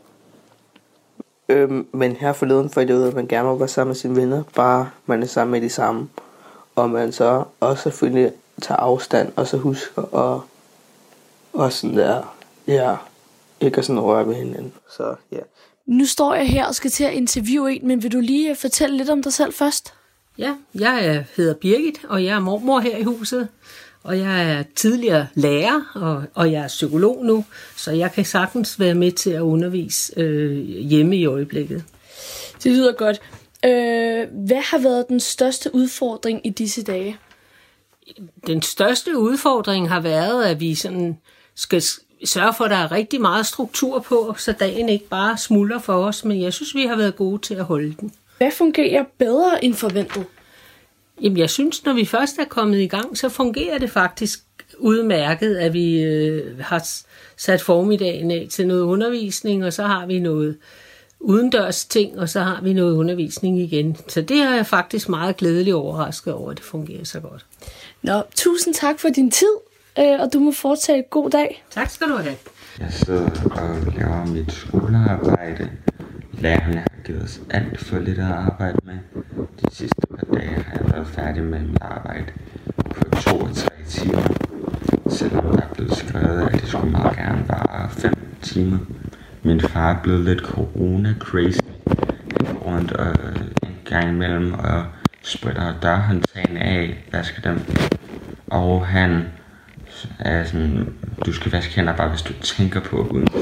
Speaker 9: Øhm, men her forleden fandt jeg ud af, at man gerne må være sammen med sine venner, bare man er sammen med de samme. Og man så også selvfølgelig tager afstand, og så husker at, og sådan der, ja, ikke at sådan røre ved hinanden. Så, ja.
Speaker 10: Nu står jeg her og skal til at interviewe en, men vil du lige fortælle lidt om dig selv først?
Speaker 11: Ja, jeg hedder Birgit, og jeg er mormor her i huset, og jeg er tidligere lærer, og, og jeg er psykolog nu, så jeg kan sagtens være med til at undervise øh, hjemme i øjeblikket.
Speaker 10: Det lyder godt. Øh, hvad har været den største udfordring i disse dage?
Speaker 11: Den største udfordring har været, at vi sådan skal sørge for, at der er rigtig meget struktur på, så dagen ikke bare smuldrer for os, men jeg synes, vi har været gode til at holde den.
Speaker 10: Hvad fungerer bedre end forventet?
Speaker 11: Jamen, jeg synes, når vi først er kommet i gang, så fungerer det faktisk udmærket, at vi øh, har sat formiddagen af til noget undervisning, og så har vi noget udendørs ting, og så har vi noget undervisning igen. Så det er jeg faktisk meget glædelig overrasket over, at det fungerer så godt.
Speaker 10: Nå, tusind tak for din tid, øh, og du må fortsætte god dag.
Speaker 11: Tak skal du have.
Speaker 12: Jeg sidder og laver mit skolearbejde. Lærerne har givet os alt for lidt at arbejde med. De sidste par dage har jeg været færdig med mit arbejde på to og tre timer. Selvom der er blevet skrevet, at det skulle meget gerne vare fem timer. Min far er blevet lidt corona-crazy. Han går rundt og en gang imellem og spritter dørhåndtagene af, vasker dem. Og han er sådan, du skal vaske hænder bare, hvis du tænker på udenfor.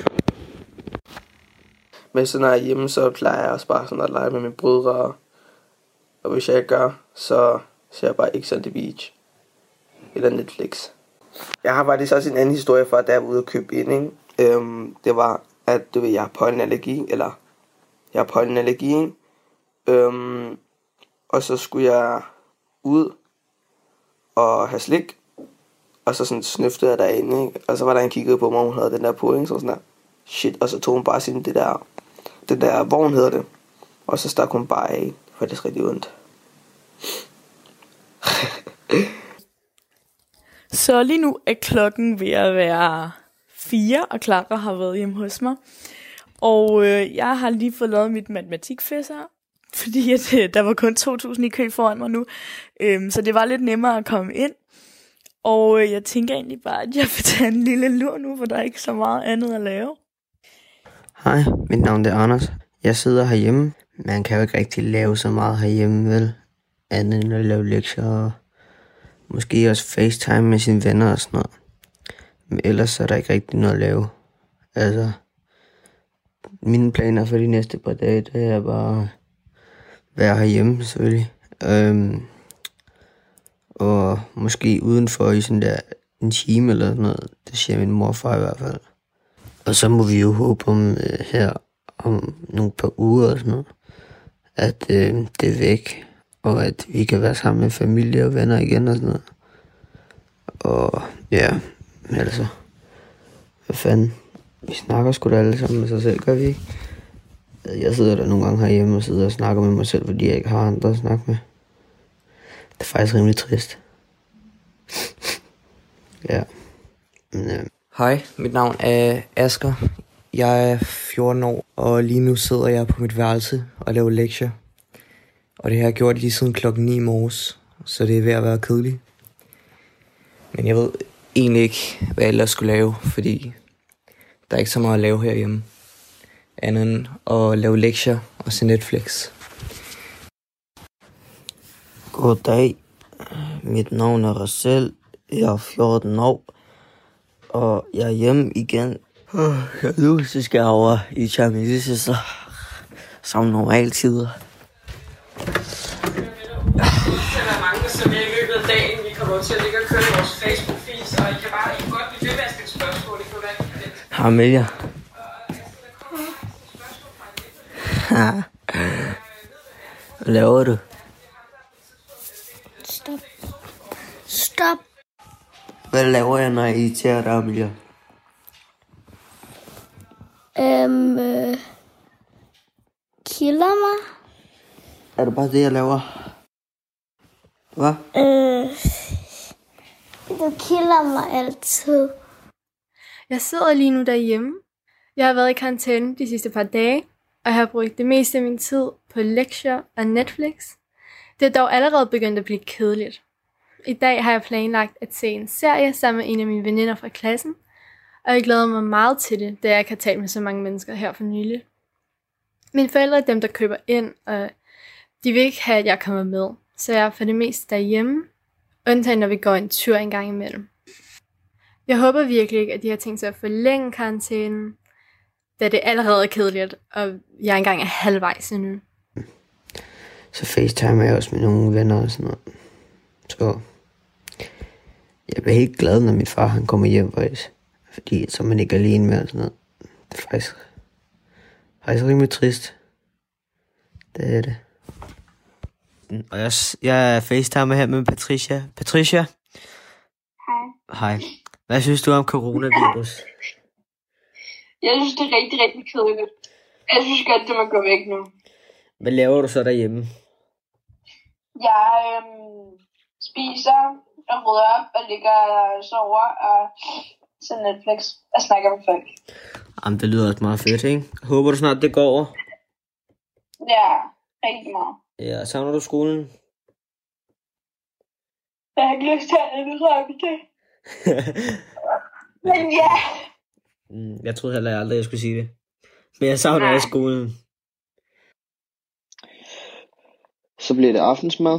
Speaker 9: Men så når jeg er hjemme, så plejer jeg også bare sådan at lege med mine brødre. Og hvis jeg ikke gør, så ser jeg bare X on the Beach. Eller Netflix. Jeg har faktisk også en anden historie fra, da jeg var ude og købe ind, ikke? Øhm, det var, at du ved, jeg har pollenallergi, eller jeg har pollenallergi, ikke? Øhm, og så skulle jeg ud og have slik. Og så sådan snøftede jeg derinde, ikke? Og så var der en kiggede på mig, hun havde den der på, ikke? Så sådan der, shit, og så tog hun bare sin det der, det der vogn hedder det. Og så stak hun bare af, for det er rigtig ondt.
Speaker 10: Så lige nu er klokken ved at være fire, og Clara har været hjemme hos mig. Og øh, jeg har lige fået lavet mit matematikfæsser, fordi at, øh, der var kun to tusind i kø foran mig nu. Øhm, så det var lidt nemmere at komme ind. Og øh, jeg tænker egentlig bare, at jeg vil tage en lille lur nu, for der er ikke så meget andet at lave.
Speaker 13: Hej, mit navn er Anders. Jeg sidder herhjemme. Man kan jo ikke rigtig lave så meget herhjemme, vel? Andet end at lave lektier og måske også FaceTime med sine venner og sådan noget. Men ellers er der ikke rigtig noget at lave. Altså, mine planer for de næste par dage, det er bare at være herhjemme selvfølgelig. Øhm, og måske udenfor i sådan der en time eller sådan noget. Det siger min mor og far i hvert fald. Og så må vi jo håbe om øh, her om nogle par uger og sådan noget, at øh, det er væk, og at vi kan være sammen med familie og venner igen og sådan noget. Og ja, altså, hvad fanden, vi snakker sgu da alle sammen med sig selv, gør vi ikke? Jeg sidder der nogle gange herhjemme og sidder og snakker med mig selv, fordi jeg ikke har andre at snakke med. Det er faktisk rimelig trist. Ja. Men, øh. Hej, mit navn er Asger. Jeg er fjorten år, og lige nu sidder jeg på mit værelse og laver lektier. Og det har jeg gjort lige siden klokken ni i morges, så det er ved at være kedeligt. Men jeg ved egentlig ikke, hvad jeg ellers skulle lave, fordi der er ikke så meget at lave herhjemme. Andet end at lave lektier og se Netflix. Goddag. Mit navn er Rachel. Jeg er fjorten år, og jeg er hjemme igen. Jeg nu så skal jeg over i Champions så som normaltider.
Speaker 14: Der er mange, som i løbet af dagen, vi kommer til at ligge og køre i vores Facebook-feed, og I kan bare I kan godt blive ved med at stille spørgsmål. Det kan være
Speaker 13: Hej Amelia. Hvad laver du?
Speaker 15: Stop. Stop.
Speaker 13: Hvad laver jeg, når I irriterer dig, Amelia?
Speaker 15: Øhm, øh, kilder mig.
Speaker 13: Er det bare det, jeg laver? Hvad?
Speaker 15: Øh, du kilder mig altid.
Speaker 16: Jeg sidder lige nu derhjemme. Jeg har været i karantæne de sidste par dage, og jeg har brugt det meste af min tid på lektier og Netflix. Det er dog allerede begyndt at blive kedeligt. I dag har jeg planlagt at se en serie sammen med en af mine veninder fra klassen, og jeg glæder mig meget til det, da jeg ikke har talt med så mange mennesker her for nylig. Mine forældre er dem, der køber ind, og de vil ikke have, at jeg kommer med, så jeg er for det meste derhjemme, undtagen når vi går en tur en gang imellem. Jeg håber virkelig ikke, at de har tænkt sig at forlænge karantænen, da det allerede er kedeligt, og jeg engang er halvvejs endnu.
Speaker 13: Så FaceTime jeg også med nogle venner og sådan noget. Så jeg bliver helt glad, når min far han kommer hjem faktisk. Fordi så er man ikke alene med og sådan noget. Det er faktisk, faktisk rimelig trist. Det er det. Og jeg, jeg er FaceTime her med Patricia. Patricia?
Speaker 17: Hej.
Speaker 13: Hej. Hvad synes du om coronavirus?
Speaker 17: Jeg synes, det er rigtig, rigtig kedeligt. Jeg synes godt, det må gå væk nu.
Speaker 13: Hvad laver du så derhjemme?
Speaker 17: Jeg øhm, spiser og rydder op og ligger og sover og ser Netflix og snakker med folk.
Speaker 13: Jamen, det lyder også meget fedt, ikke? Håber du snart, det går over?
Speaker 17: Ja, rigtig meget.
Speaker 13: Ja, savner du skolen?
Speaker 17: Jeg har ikke lyst til at indrømme det. Men ja.
Speaker 13: Jeg troede heller aldrig, jeg skulle sige det. Men jeg savner også skolen. Så bliver det aftensmad.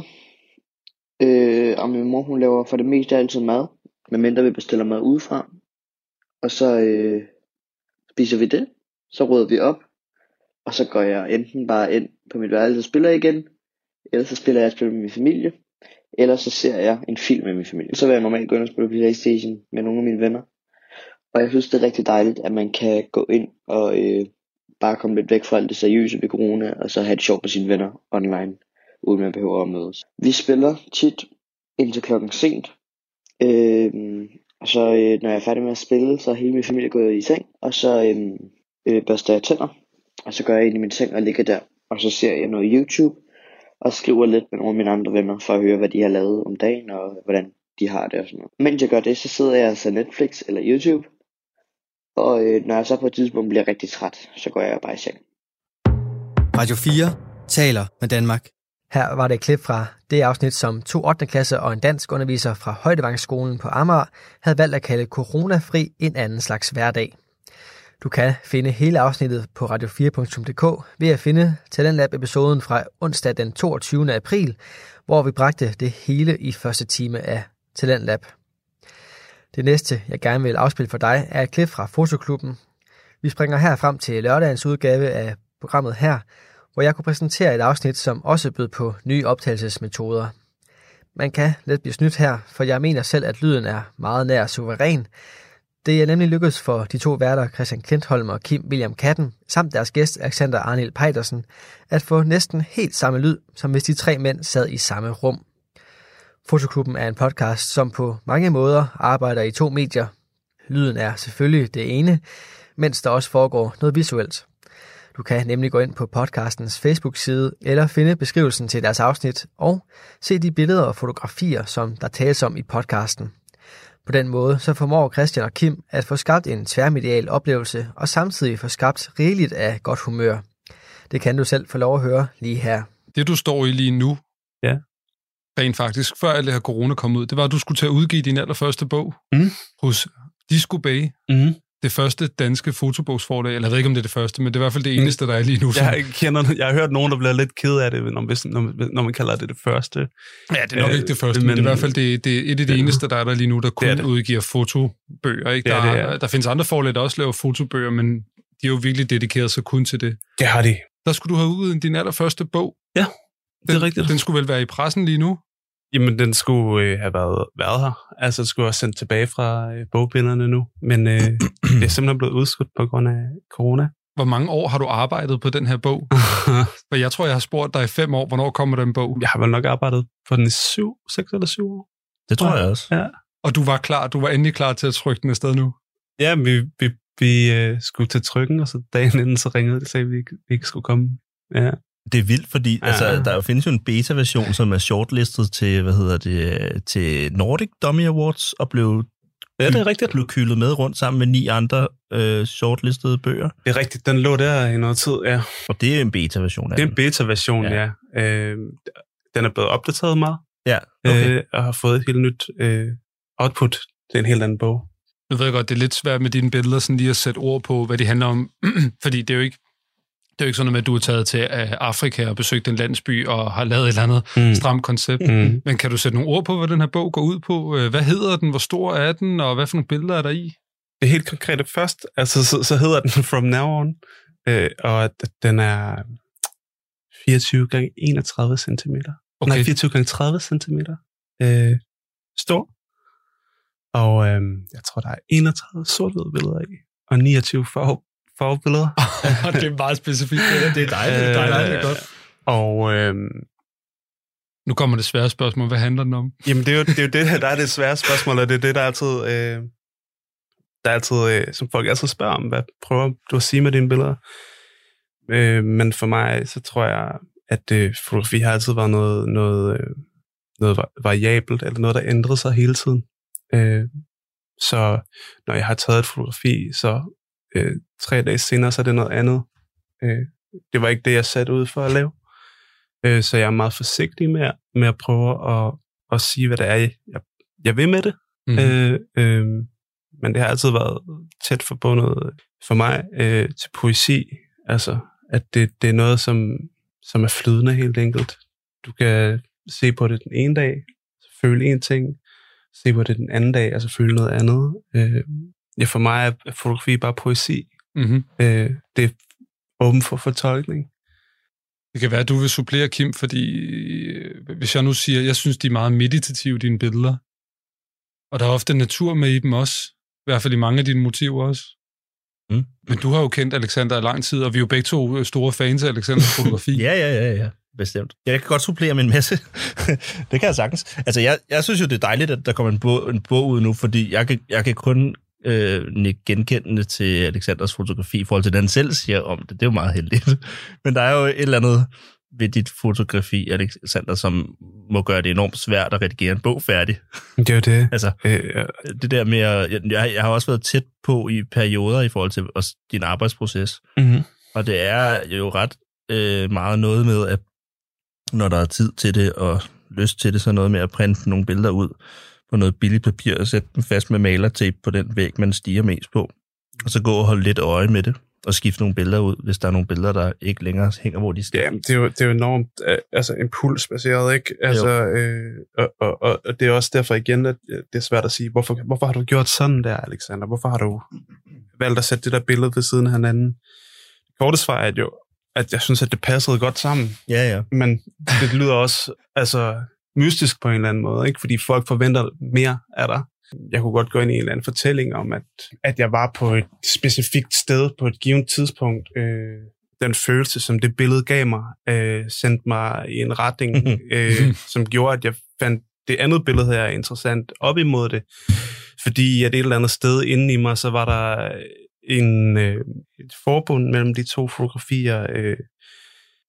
Speaker 13: Øh, og min mor, hun laver for det meste altid mad. Medmindre vi bestiller mad udefra. Og så øh, spiser vi det. Så rydder vi op. Og så går jeg enten bare ind på mit værelse og spiller igen. Eller så spiller jeg et spil med min familie. Eller så ser jeg en film med min familie. Så vil jeg normalt gå ind og spille PlayStation med nogle af mine venner. Og jeg synes, det er rigtig dejligt, at man kan gå ind og øh, bare komme lidt væk fra alt det seriøse ved corona. Og så have det sjovt med sine venner online, uden man behøver at mødes. Vi spiller tit indtil klokken sent. Øh, og så øh, når jeg er færdig med at spille, så er hele min familie gået i seng. Og så øh, øh, børster jeg tænder. Og så går jeg ind i min seng og ligger der. Og så ser jeg noget YouTube. Og skriver lidt med nogle af mine andre venner, for at høre, hvad de har lavet om dagen, og hvordan de har det og sådan noget. Mens jeg gør det, så sidder jeg og ser Netflix eller YouTube. Og øh, når jeg så på et tidspunkt bliver rigtig træt, så går jeg bare i seng.
Speaker 1: Radio fire taler med Danmark.
Speaker 2: Her var det et klip fra det afsnit, som to ottende klasse og en dansk underviser fra Højdevangsskolen på Amager havde valgt at kalde coronafri en anden slags hverdag. Du kan finde hele afsnittet på radio fire punktum d k ved at finde Talentlab-episoden fra onsdag den toogtyvende april, hvor vi bragte det hele i første time af Talentlab. Det næste, jeg gerne vil afspille for dig, er et klip fra Fotoklubben. Vi springer her frem til lørdagens udgave af programmet her, hvor jeg kunne præsentere et afsnit, som også bød på nye optagelsesmetoder. Man kan let blive snydt her, for jeg mener selv, at lyden er meget nær suveræn. Det er nemlig lykkedes for de to værter, Christian Klintholm og Kim William Katten, samt deres gæst, Alexander Arnild Pejdersen, at få næsten helt samme lyd, som hvis de tre mænd sad i samme rum. Fotoklubben er en podcast, som på mange måder arbejder i to medier. Lyden er selvfølgelig det ene, mens der også foregår noget visuelt. Du kan nemlig gå ind på podcastens Facebook-side eller finde beskrivelsen til deres afsnit og se de billeder og fotografier, som der tales om i podcasten. På den måde så formår Christian og Kim at få skabt en tværmedial oplevelse og samtidig få skabt rigeligt af godt humør. Det kan du selv få lov at høre lige her.
Speaker 18: Det du står i lige nu,
Speaker 19: ja.
Speaker 18: rent faktisk, før alt det her corona kom ud, det var, at du skulle til at udgive din allerførste bog
Speaker 19: mm.
Speaker 18: hos Disco Bay.
Speaker 19: Mm.
Speaker 18: Det første danske fotobogsforlag, eller jeg ved ikke, om det er det første, men det er i hvert fald det eneste, der er lige nu.
Speaker 19: Jeg, kender, jeg har hørt nogen, der bliver lidt ked af det, når, når, når man kalder det det første.
Speaker 18: Ja, det er nok øh, ikke det første, men, men det er i hvert fald det, det er et af de eneste, der er der lige nu, der kun det det. udgiver fotobøger. Ikke? Der, det det, ja. der findes andre forlag, der også laver fotobøger, men de er jo virkelig dedikeret sig kun til det.
Speaker 19: Det har de.
Speaker 18: Der skulle du have udgivet din allerførste bog.
Speaker 19: Ja, det er
Speaker 18: den,
Speaker 19: rigtigt.
Speaker 18: Den skulle vel være i pressen lige nu?
Speaker 19: Jamen, den skulle øh, have været, været her. Altså, det skulle også sendt tilbage fra øh, bogbinderne nu. Men øh, det er simpelthen blevet udskudt på grund af corona.
Speaker 18: Hvor mange år har du arbejdet på den her bog? For jeg tror, jeg har spurgt dig i fem år, hvornår kommer den bog?
Speaker 19: Jeg har vel nok arbejdet på den i syv, seks eller syv år.
Speaker 20: Det tror jeg også.
Speaker 19: Ja.
Speaker 18: Og du var klar, du var endelig klar til at trykke den afsted nu?
Speaker 19: Ja, vi, vi, vi øh, skulle til trykken, og så dagen inden så ringede det og sagde, at vi ikke, vi ikke skulle komme. Ja.
Speaker 20: Det er vildt, fordi
Speaker 19: ja.
Speaker 20: altså, der findes jo en beta-version, som er shortlistet til, hvad hedder det, til Nordic Dummy Awards, og blev,
Speaker 19: ja, det er rigtigt.
Speaker 20: blev kyldet med rundt sammen med ni andre øh, shortlistede bøger.
Speaker 19: Det er rigtigt, den lå der i noget tid, ja.
Speaker 20: Og det er en beta-version af
Speaker 19: Det er en beta-version, ja. ja. Øh, den er blevet opdateret meget,
Speaker 20: ja, okay.
Speaker 19: øh, og har fået et helt nyt øh, output til en helt anden bog.
Speaker 18: Jeg ved godt, det er lidt svært med dine billeder sådan lige at sætte ord på, hvad de handler om, fordi det er jo ikke Det er jo ikke sådan, at du er taget til Afrika og besøgt en landsby og har lavet et eller andet mm. stramt koncept. Mm. Men kan du sætte nogle ord på, hvad den her bog går ud på? Hvad hedder den? Hvor stor er den? Og hvad for nogle billeder er der i?
Speaker 19: Det helt konkrete først, altså så, så hedder den From Now On, øh, og den er fireogtyve gange enogtredive centimeter. Okay. Nej, fireogtyve gange tredive centimeter øh, stor. Og øh, jeg tror, der er enogtredive sort-hvide billeder i, og niogtyve farve farvebilleder.
Speaker 18: Det er meget specifikt.
Speaker 20: Det er dejligt, det er dejligt, godt.
Speaker 19: Og øhm,
Speaker 18: nu kommer det svære spørgsmål. Hvad handler den om?
Speaker 19: Jamen, det er jo det, er jo det der er det svære spørgsmål, og det er det, der altid, øh, der er altid øh, som folk altid spørger om, hvad prøver du at sige med dine billeder? Øh, men for mig, så tror jeg, at øh, fotografi har altid været noget, noget, øh, noget variabelt, eller noget, der ændrede sig hele tiden. Øh, så når jeg har taget et fotografi, så Øh, tre dage senere, så er det noget andet. Øh, det var ikke det, jeg satte ud for at lave. Øh, så jeg er meget forsigtig med, med at prøve at, at sige, hvad det er, jeg, jeg vil med det. Mm-hmm. Øh, øh, men det har altid været tæt forbundet for mig øh, til poesi. Altså, at det, det er noget, som, som er flydende helt enkelt. Du kan se på det den ene dag, så føle en ting, se på det den anden dag, og så føle noget andet. Øh, Ja, for mig er fotografi bare poesi.
Speaker 18: Mm-hmm.
Speaker 19: Øh, det er åben for fortolkning.
Speaker 18: Det kan være, at du vil supplere, Kim, fordi hvis jeg nu siger, jeg synes, de er meget meditative, dine billeder. Og der er ofte natur med i dem også. I hvert fald i mange af dine motiver også. Mm. Men du har jo kendt Alexander i lang tid, og vi er jo begge to store fans af Alexanders fotografi.
Speaker 20: ja, ja, ja, ja. Bestemt. Jeg kan godt supplere med en masse. Det kan jeg sagtens. Altså, jeg, jeg synes jo, det er dejligt, at der kommer en bog, en bog ud nu, fordi jeg kan, jeg kan kun øh, nikke genkendende til Alexanders fotografi i forhold til, det han selv siger om det. Det er jo meget heldigt. Men der er jo et eller andet ved dit fotografi, Alexander, som må gøre det enormt svært at redigere en bog færdig.
Speaker 19: Det er jo det.
Speaker 20: Altså, øh, det der med at, jeg, jeg har også været tæt på i perioder i forhold til også din arbejdsproces.
Speaker 19: Mm-hmm.
Speaker 20: Og det er jo ret øh, meget noget med, at når der er tid til det og lyst til det, så noget med at printe nogle billeder ud på noget billigt papir og sætte dem fast med malertape på den væg, man stiger mest på. Og så gå og holde lidt øje med det og skifte nogle billeder ud, hvis der er nogle billeder, der ikke længere hænger, hvor de skal.
Speaker 19: Ja, det er jo, det er jo enormt øh, altså impulsbaseret, ikke? Altså, øh, og, og, og det er også derfor igen, at det er svært at sige, hvorfor, hvorfor har du gjort sådan der, Alexander? Hvorfor har du valgt at sætte det der billede ved siden af hinanden? Korte svar er jo, at jeg synes, at det passede godt sammen.
Speaker 20: Ja, ja.
Speaker 19: Men det lyder også altså, mystisk på en eller anden måde, ikke? Fordi folk forventer mere af dig. Jeg kunne godt gå ind i en eller anden fortælling om, at, at jeg var på et specifikt sted på et givet tidspunkt. Øh, den følelse, som det billede gav mig, øh, sendte mig i en retning, øh, som gjorde, at jeg fandt det andet billede her interessant op imod det. Fordi at et eller andet sted inde i mig, så var der en, øh, et forbund mellem de to fotografier. Øh,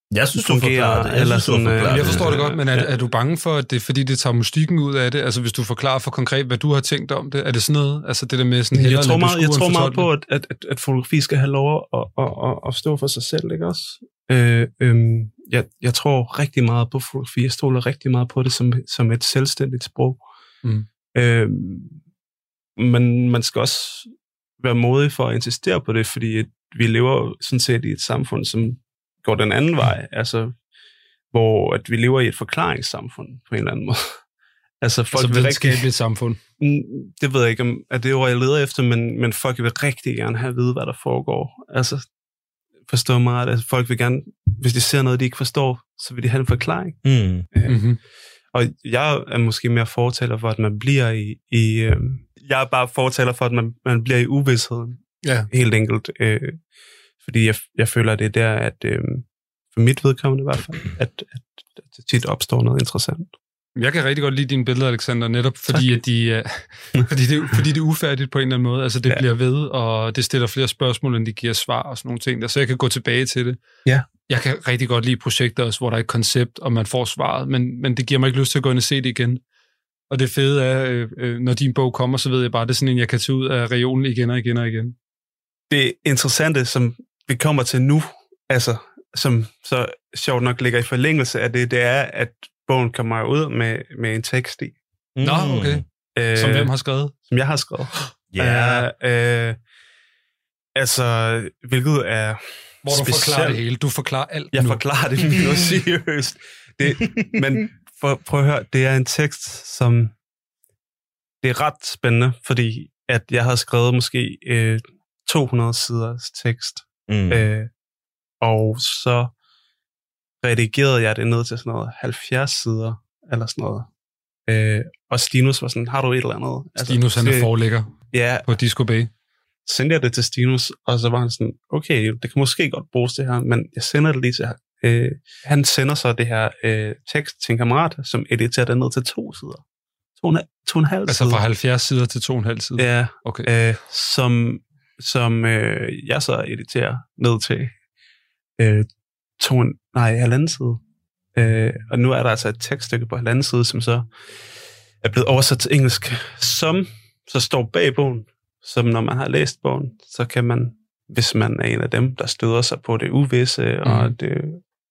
Speaker 20: Jeg synes, du forklarer det. Jeg,
Speaker 19: eller
Speaker 20: synes, du
Speaker 19: sådan,
Speaker 20: forklarer
Speaker 19: øh,
Speaker 18: Jeg forstår det godt, men er,
Speaker 19: Ja.
Speaker 18: er du bange for, at det er fordi, det tager musikken ud af det? Altså hvis du forklarer for konkret, hvad du har tænkt om det, er det sådan noget? Altså det der med sådan
Speaker 19: Jeg
Speaker 18: hellere,
Speaker 19: tror
Speaker 18: lade
Speaker 19: meget, jeg
Speaker 18: beskueren
Speaker 19: tror meget
Speaker 18: fortolke
Speaker 19: på, at, at, at, at fotografi skal have lov at, at, at, at stå for sig selv, ikke også? Øh, øhm, jeg, jeg tror rigtig meget på fotografi. Jeg stoler rigtig meget på det som, som et selvstændigt sprog.
Speaker 18: Mm.
Speaker 19: Øh, men man skal også være modig for at insistere på det, fordi vi lever sådan set i et samfund, som går den anden vej, altså hvor at vi lever i et forklaringssamfund på en eller anden måde. Altså folk
Speaker 18: altså
Speaker 19: vil
Speaker 18: videnskabeligt
Speaker 19: rigtig,
Speaker 18: samfund.
Speaker 19: det ved jeg ikke, om at det er jo, jeg leder efter, men, men folk vil rigtig gerne have at vide, hvad der foregår. Altså, forstå mig ret, altså folk vil gerne, hvis de ser noget, de ikke forstår, så vil de have en forklaring.
Speaker 20: Mm.
Speaker 19: Øh,
Speaker 18: Mm-hmm.
Speaker 19: Og jeg er måske mere fortaler for, at man bliver i... i øh, jeg er bare fortaler for, at man, man bliver i uvidsheden.
Speaker 18: Ja.
Speaker 19: Helt enkelt. Øh, fordi jeg, jeg føler, at det er der, at øh, for mit vedkommende i hvert fald, at, at, at det tit opstår noget interessant.
Speaker 18: Jeg kan rigtig godt lide dine billeder, Alexander, netop fordi, at de, uh, fordi, det, fordi det er ufærdigt på en eller anden måde. Altså det ja. bliver ved, og det stiller flere spørgsmål, end de giver svar og sådan nogle ting. Der, så jeg kan gå tilbage til det.
Speaker 19: Ja.
Speaker 18: Jeg kan rigtig godt lide projekter også, hvor der er et koncept, og man får svaret, men, men det giver mig ikke lyst til at gå ind og se det igen. Og det fede er, øh, når din bog kommer, så ved jeg bare, det er sådan en, jeg kan tage ud af reolen igen og igen og igen.
Speaker 19: Det interessante, som vi kommer til nu, altså som så sjovt nok ligger i forlængelse af det, det er, at bogen kommer ud med, med en tekst i.
Speaker 18: Mm. Nå, okay.
Speaker 19: Øh,
Speaker 18: som hvem har skrevet?
Speaker 19: Som jeg har skrevet.
Speaker 20: Ja.
Speaker 19: Øh, øh, altså, hvilket er
Speaker 18: hvor du
Speaker 19: specielt.
Speaker 18: forklarer det hele. Du forklarer alt
Speaker 19: Jeg
Speaker 18: nu.
Speaker 19: forklarer det nu seriøst. Det, men for, prøv at høre, det er en tekst, som det er ret spændende, fordi at jeg har skrevet måske øh, to hundrede siders tekst.
Speaker 20: Mm.
Speaker 19: Øh, og så redigerede jeg det ned til sådan noget halvfjerds sider, eller sådan noget. Øh, og Stinus var sådan, har du et eller andet?
Speaker 18: Stinus, altså, han er forlægger
Speaker 19: ja,
Speaker 18: på Disco Bay.
Speaker 19: Sendte jeg det til Stinus, og så var han sådan, okay, det kan måske godt bruges det her, men jeg sender det lige til ham. Øh, han sender så det her øh, tekst til en kammerat, som editerer det ned til to sider. To, to og en halv
Speaker 18: altså
Speaker 19: sider.
Speaker 18: fra halvfjerds sider til to og en halv sider?
Speaker 19: Ja,
Speaker 18: okay.
Speaker 19: øh, som, som øh, jeg så editerer ned til øh, to, nej, halvanden side. Øh, og nu er der altså et tekststykke på halvanden side, som så er blevet oversat til engelsk, som så står bag bogen. Som når man har læst bogen, så kan man, hvis man er en af dem, der støder sig på det uvisse mm. og det,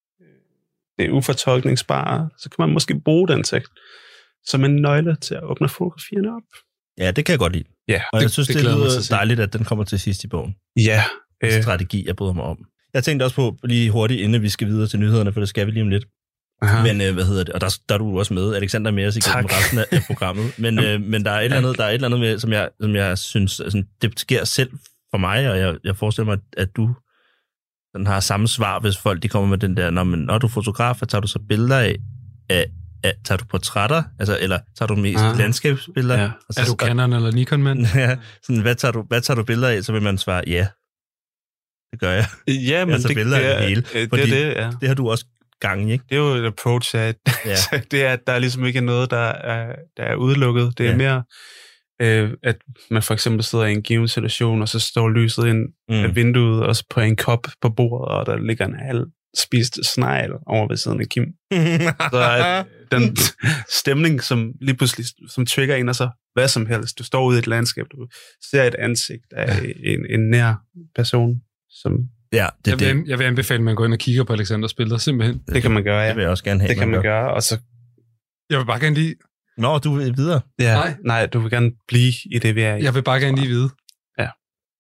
Speaker 19: det ufortolkningsbare, så kan man måske bruge den tekst som en nøgle til at åbne fotografierne op.
Speaker 20: Ja, det kan jeg godt lide.
Speaker 19: Ja,
Speaker 20: og
Speaker 19: det,
Speaker 20: jeg synes,
Speaker 19: det,
Speaker 20: det, det
Speaker 19: det
Speaker 20: lyder dejligt, at den kommer til sidst i bogen.
Speaker 19: Ja.
Speaker 20: Øh. Strategi, jeg bryder mig om. Jeg tænkte også på, lige hurtigt, inden vi skal videre til nyhederne, for det skal vi lige om lidt. Aha. Men øh, hvad hedder det? Og der, der er du også med, Alexander, med os igennem resten af programmet. Men, øh, men der er et eller andet, der er et eller andet med, som jeg, som jeg synes, altså, det sker selv for mig, og jeg, jeg forestiller mig, at du sådan har samme svar, hvis folk de kommer med den der, når, men, når du fotografer, tager du så billeder af, af, af tager du portrætter, altså, eller tager du mest ah. landskabsbilleder?
Speaker 18: Ja.
Speaker 20: Altså,
Speaker 18: er du Canon eller Nikon-mand?
Speaker 20: Ja, sådan, hvad tager, du, hvad tager du billeder af? Så vil man svare, ja, det gør jeg.
Speaker 19: Ja, men
Speaker 20: altså,
Speaker 19: det,
Speaker 20: billeder
Speaker 19: det, er,
Speaker 20: det hele,
Speaker 19: det, det, det, ja.
Speaker 20: det har du også gange, ikke?
Speaker 19: Det er jo et approach af, ja. det er, at der er ligesom ikke noget, der er, der er udelukket. Det er ja. mere, øh, at man for eksempel sidder i en given situation, og så står lyset ind mm. af vinduet, og på en kop på bordet, og der ligger en halv spist snegl over ved siden af Kim. Så er den stemning, som lige pludselig som trigger en, og så hvad som helst. Du står ude i et landskab, du ser et ansigt af ja. en, en nær person, som...
Speaker 20: Ja, det,
Speaker 18: jeg, vil, det. jeg vil anbefale, at man går ind og kigger på Alexanders billeder, simpelthen.
Speaker 19: Det kan man gøre, ja.
Speaker 20: Det vil jeg også gerne have.
Speaker 19: Det kan man gøre, gøre og så...
Speaker 18: Jeg vil bare gerne lige...
Speaker 20: Nå, du vil videre?
Speaker 19: Ja, nej. nej, du vil gerne blive i det, vi er i.
Speaker 18: Jeg vil bare gerne lige vide.
Speaker 19: Ja.